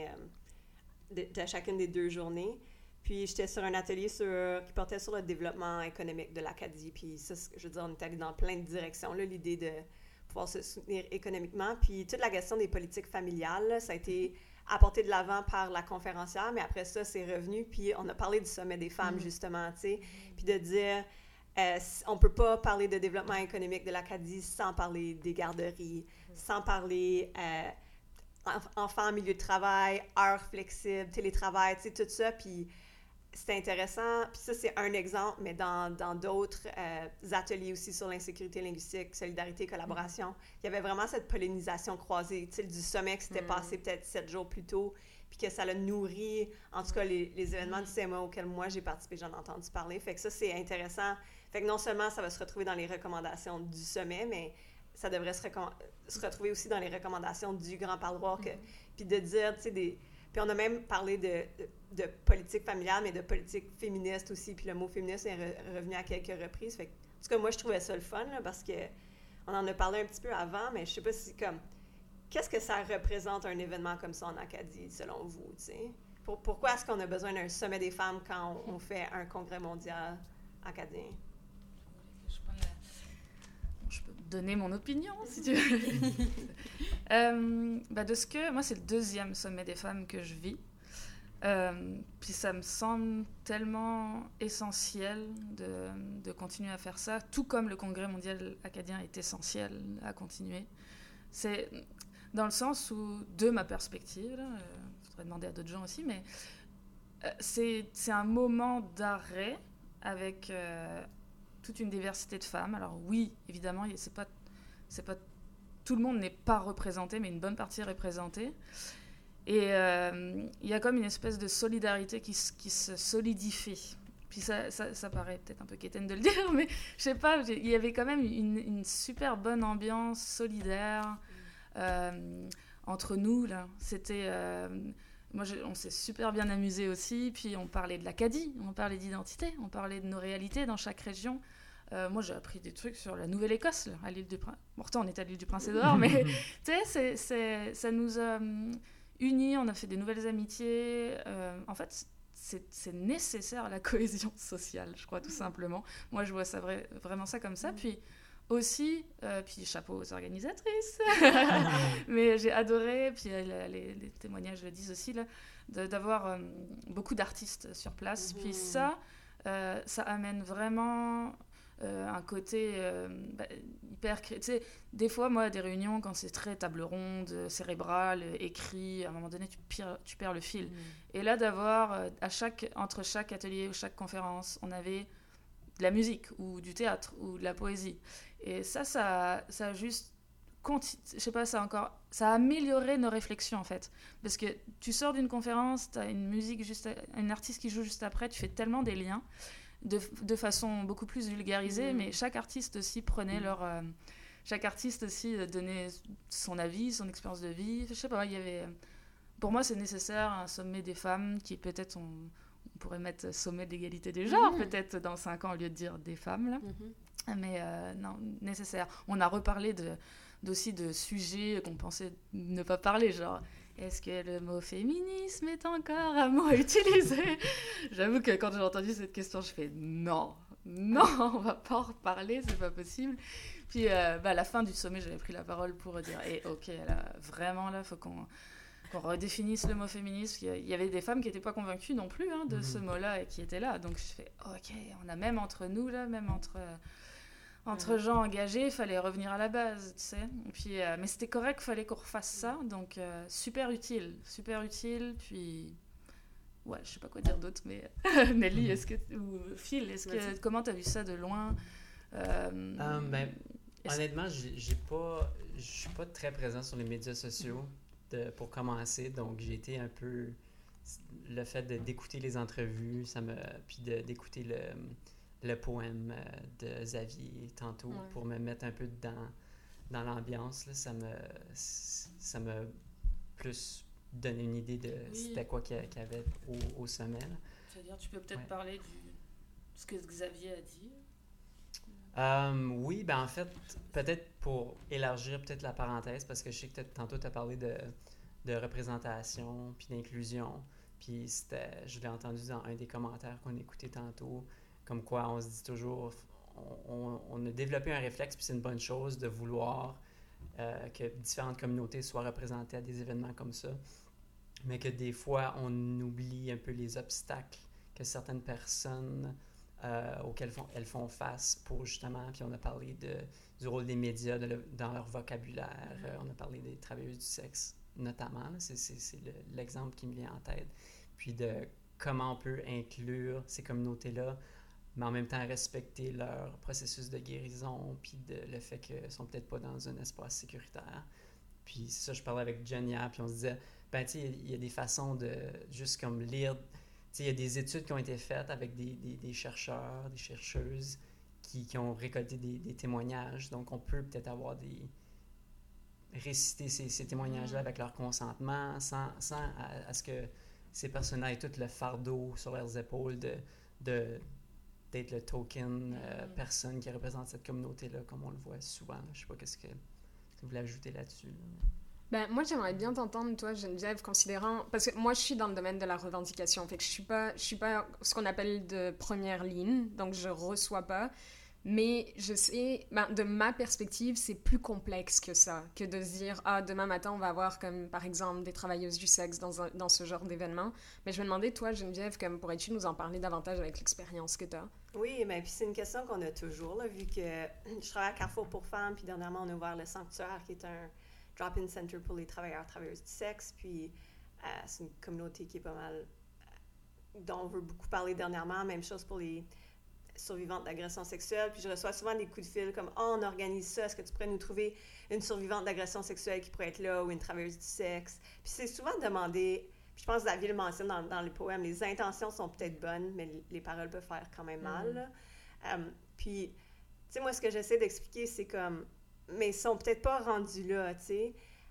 de chacune des 2 journées. Puis j'étais sur un atelier qui portait sur le développement économique de l'Acadie. Puis ça, je veux dire, on est allé dans plein de directions, là, l'idée de pouvoir se soutenir économiquement. Puis toute la question des politiques familiales, là, ça a été apporté de l'avant par la conférencière, mais après ça, c'est revenu. Puis on a parlé du sommet des femmes, justement, tu sais. Puis de dire, on peut pas parler de développement économique de l'Acadie sans parler des garderies, sans parler enfants en milieu de travail, heures flexibles, télétravail, tu sais, tout ça. Puis c'est intéressant. Puis ça, c'est un exemple, mais dans d'autres ateliers aussi sur l'insécurité linguistique, solidarité, collaboration, il y avait vraiment cette pollinisation croisée, tu sais, du sommet qui s'était passé peut-être 7 jours plus tôt, puis que ça l'a nourri, en tout cas, les événements du CMA auxquels moi j'ai participé, j'en ai entendu parler. Fait que ça, c'est intéressant. Fait que non seulement ça va se retrouver dans les recommandations du sommet, mais ça devrait se retrouver aussi dans les recommandations du Grand Parloir. Puis de dire, tu sais, Puis on a même parlé de politique familiale, mais de politique féministe aussi. Puis le mot féministe est revenu à quelques reprises. Fait que, en tout cas, moi, je trouvais ça le fun, là, parce qu'on en a parlé un petit peu avant, mais je sais pas si, qu'est-ce que ça représente un événement comme ça en Acadie, selon vous, tu sais? Pourquoi est-ce qu'on a besoin d'un sommet des femmes quand on fait un congrès mondial acadien? Je peux donner mon opinion, si tu veux. Moi, c'est le 2e sommet des femmes que je vis. Puis ça me semble tellement essentiel de continuer à faire ça, tout comme le Congrès mondial acadien est essentiel à continuer. C'est dans le sens où, de ma perspective, il faudrait demander à d'autres gens aussi, mais c'est un moment d'arrêt avec toute une diversité de femmes. Alors oui, évidemment, c'est pas tout le monde n'est pas représenté, mais une bonne partie est représentée. Et il y a comme une espèce de solidarité qui se solidifie. Puis ça paraît peut-être un peu quétaine de le dire, mais je sais pas, il y avait quand même une super bonne ambiance solidaire entre nous, là. C'était... on s'est super bien amusés aussi, puis on parlait de l'Acadie, on parlait d'identité, on parlait de nos réalités dans chaque région. Moi, j'ai appris des trucs sur la Nouvelle-Écosse, là, à l'île du Prince... Pourtant, on est à l'île du Prince-Édouard, mais tu sais, ça nous a unis, on a fait des nouvelles amitiés. En fait, c'est nécessaire à la cohésion sociale, je crois, tout simplement. Moi, je vois ça vraiment ça comme ça. Puis aussi, puis chapeau aux organisatrices, mais j'ai adoré, puis les témoignages le disent aussi, là, d'avoir beaucoup d'artistes sur place. Puis ça amène vraiment un côté hyper... Tu sais, des fois, moi, des réunions, quand c'est très table ronde, cérébrale, écrit, à un moment donné, tu perds le fil. Et là, d'avoir, entre chaque atelier ou chaque conférence, on avait de la musique ou du théâtre ou de la poésie. Et ça a juste... je sais pas, ça a amélioré nos réflexions, en fait. Parce que tu sors d'une conférence, tu as une musique, un artiste qui joue juste après, tu fais tellement des liens de façon beaucoup plus vulgarisée, mais chaque artiste aussi prenait chaque artiste aussi donnait son avis, son expérience de vie. Je sais pas, il y avait... Pour moi, c'est nécessaire un sommet des femmes qui peut-être, on pourrait mettre sommet d'égalité des genres, peut-être dans 5 ans au lieu de dire des femmes, là. Mais non, nécessaire. On a reparlé aussi de sujets qu'on pensait ne pas parler, genre... Est-ce que le mot féminisme est encore un mot à utiliser? J'avoue que quand j'ai entendu cette question, je fais non, on va pas en reparler, c'est pas possible. Puis à la fin du sommet, j'avais pris la parole pour dire ok, là, vraiment, là, faut qu'on redéfinisse le mot féminisme. Il y avait des femmes qui n'étaient pas convaincues non plus de ce mot-là et qui étaient là. Donc je fais ok, on a même entre nous, là, même entre gens engagés, il fallait revenir à la base, tu sais. Et puis, mais c'était correct, il fallait qu'on refasse ça. Donc, super utile. Puis, ouais, je sais pas quoi dire d'autre, mais Nelly, ou Phil, comment tu as vu ça de loin? Honnêtement, je suis pas très présent sur les médias sociaux pour commencer. Donc, j'ai été un peu... Le fait d'écouter les entrevues, puis d'écouter le poème de Xavier tantôt pour me mettre un peu dans l'ambiance. Là, ça m'a plus donné une idée de c'était quoi qu'il y avait au sommet. Là. C'est-à-dire, tu peux peut-être parler de ce que Xavier a dit? Oui, en fait, peut-être pour élargir peut-être la parenthèse, parce que je sais que tantôt tu as parlé de représentation puis d'inclusion. Puis je l'ai entendu dans un des commentaires qu'on écoutait tantôt. Comme quoi, on se dit toujours, on a développé un réflexe, puis c'est une bonne chose de vouloir que différentes communautés soient représentées à des événements comme ça, mais que des fois, on oublie un peu les obstacles que certaines personnes auxquelles elles font face pour justement, puis on a parlé du rôle des médias dans leur vocabulaire, on a parlé des travailleuses du sexe notamment, là, c'est l'exemple qui me vient en tête, puis de comment on peut inclure ces communautés-là, mais en même temps respecter leur processus de guérison, puis le fait qu'elles ne sont peut-être pas dans un espace sécuritaire. Puis c'est ça, je parlais avec Jen hier, puis on se disait, tu sais, il y a des façons de juste comme lire, tu sais, il y a des études qui ont été faites avec des chercheurs, des chercheuses qui ont récolté des témoignages, donc on peut peut-être avoir réciter ces témoignages-là avec leur consentement, sans à ce que ces personnes-là aient tout le fardeau sur leurs épaules d'être le token personne qui représente cette communauté-là, comme on le voit souvent. Là. Je ne sais pas qu'est-ce que vous voulez ajouter là-dessus. Là. Moi, j'aimerais bien t'entendre, toi, Geneviève, considérant... Parce que moi, je suis dans le domaine de la revendication, fait que je suis pas ce qu'on appelle de première ligne, donc je reçois pas. Mais je sais, de ma perspective, c'est plus complexe que ça, que de se dire « Ah, demain matin, on va avoir, comme par exemple, des travailleuses du sexe dans ce genre d'événement. » Mais je me demandais, toi, Geneviève, pourrais-tu nous en parler davantage avec l'expérience que tu as? Oui, mais puis c'est une question qu'on a toujours, là, vu que je travaille à Carrefour pour femmes, puis dernièrement, on a ouvert le Sanctuaire, qui est un drop-in center pour les travailleuses du sexe, puis c'est une communauté qui est pas mal... dont on veut beaucoup parler dernièrement. Même chose pour les survivantes d'agression sexuelle. Puis je reçois souvent des coups de fil comme « Oh, on organise ça, est-ce que tu pourrais nous trouver une survivante d'agression sexuelle qui pourrait être là ou une travailleuse du sexe? » Puis c'est souvent demandé, puis je pense que David le mentionne dans les poèmes, les intentions sont peut-être bonnes, mais les paroles peuvent faire quand même mal. Puis, tu sais, moi, ce que j'essaie d'expliquer, c'est comme, mais ils sont peut-être pas rendus là, tu sais,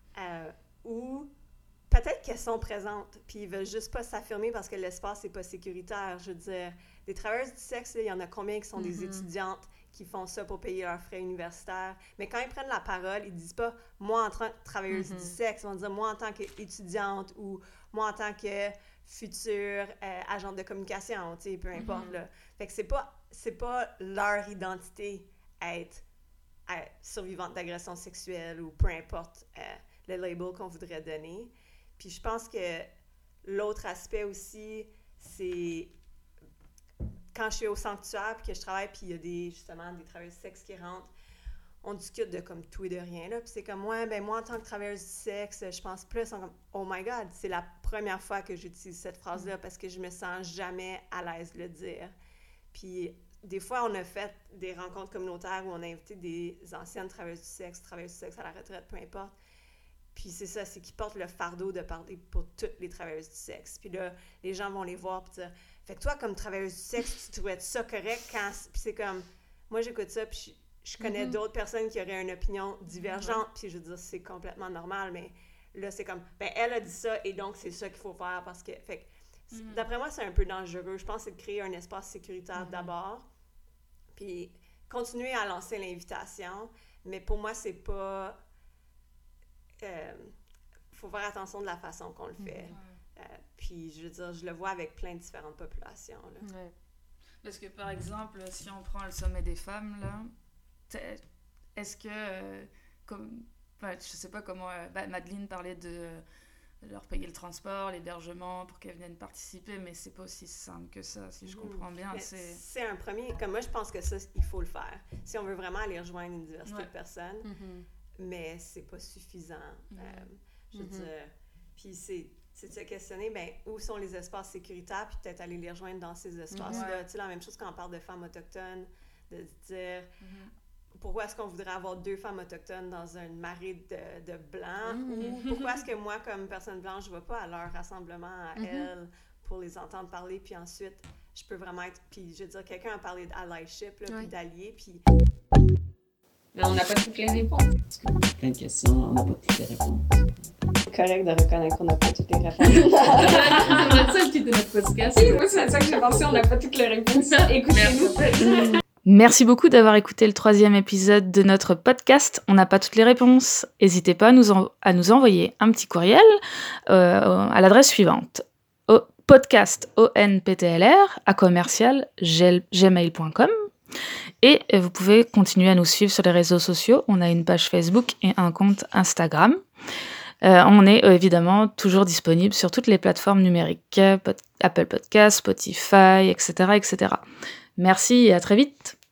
ou peut-être qu'elles sont présentes, puis ils veulent juste pas s'affirmer parce que l'espace n'est pas sécuritaire. Je veux dire, des travailleuses du sexe, il y en a combien qui sont des étudiantes qui font ça pour payer leurs frais universitaires? Mais quand ils prennent la parole, ils disent pas « moi en tant que travailleuse du sexe », ils vont dire « moi en tant qu'étudiante » ou « moi en tant que future agente de communication », tu sais, peu importe, là. Fait que c'est pas leur identité être survivante d'agression sexuelle ou peu importe le label qu'on voudrait donner. Puis je pense que l'autre aspect aussi, c'est quand je suis au sanctuaire puis que je travaille puis il y a justement des travailleuses du sexe qui rentrent, on discute de comme tout et de rien, là. Puis c'est comme, moi en tant que travailleuse du sexe, je pense plus comme, oh my God, c'est la première fois que j'utilise cette phrase-là parce que je me sens jamais à l'aise de le dire. Puis des fois, on a fait des rencontres communautaires où on a invité des anciennes travailleuses du sexe à la retraite, peu importe. Puis c'est ça, c'est qu'ils portent le fardeau de parler pour toutes les travailleuses du sexe. Puis là, les gens vont les voir puis dire « Fait que toi, comme travailleuse du sexe, tu trouvais ça correct quand... » Puis c'est comme... Moi, j'écoute ça puis je connais d'autres personnes qui auraient une opinion divergente, puis je veux dire, c'est complètement normal, mais là, c'est comme, ben elle a dit ça, et donc c'est ça qu'il faut faire, parce que, fait que, d'après moi, c'est un peu dangereux. Je pense que c'est de créer un espace sécuritaire d'abord, puis continuer à lancer l'invitation, mais pour moi, c'est pas... faut faire attention de la façon qu'on le fait. Puis, je veux dire, je le vois avec plein de différentes populations. Là. Ouais. Parce que, par exemple, si on prend le sommet des femmes, là, est-ce que, je sais pas comment, Madeleine parlait de leur payer le transport, l'hébergement pour qu'elles viennent participer, mais c'est pas aussi simple que ça, si je comprends bien. C'est un premier... Comme moi, je pense que ça, il faut le faire. Si on veut vraiment aller rejoindre une diversité de personnes, mais c'est pas suffisant. Je veux dire... Puis c'est de se questionner, ben, où sont les espaces sécuritaires, puis peut-être aller les rejoindre dans ces espaces-là. Tu sais, la même chose quand on parle de femmes autochtones, de dire... Pourquoi est-ce qu'on voudrait avoir 2 femmes autochtones dans une marée de blancs? Ou pourquoi est-ce que moi, comme personne blanche, je ne vais pas à leur rassemblement à elles pour les entendre parler, puis ensuite, je peux vraiment être... Puis, je veux dire, quelqu'un a parlé d'allyship, puis d'alliés, puis... Mais on n'a pas toutes les réponses. Plein de questions, on n'a pas toutes les réponses. C'est correct de reconnaître qu'on n'a pas toutes les réponses. Ça va être ça le titre de notre podcast. Oui, moi, c'est ça que j'ai pensé, on n'a pas toutes les réponses. Écoutez-nous. Merci beaucoup d'avoir écouté le 3e épisode de notre podcast. On n'a pas toutes les réponses. N'hésitez pas à nous envoyer un petit courriel à l'adresse suivante. Podcast ONPTLR @gmail.com. Et vous pouvez continuer à nous suivre sur les réseaux sociaux. On a une page Facebook et un compte Instagram. On est évidemment toujours disponible sur toutes les plateformes numériques, Apple Podcasts, Spotify, etc., etc. Merci et à très vite.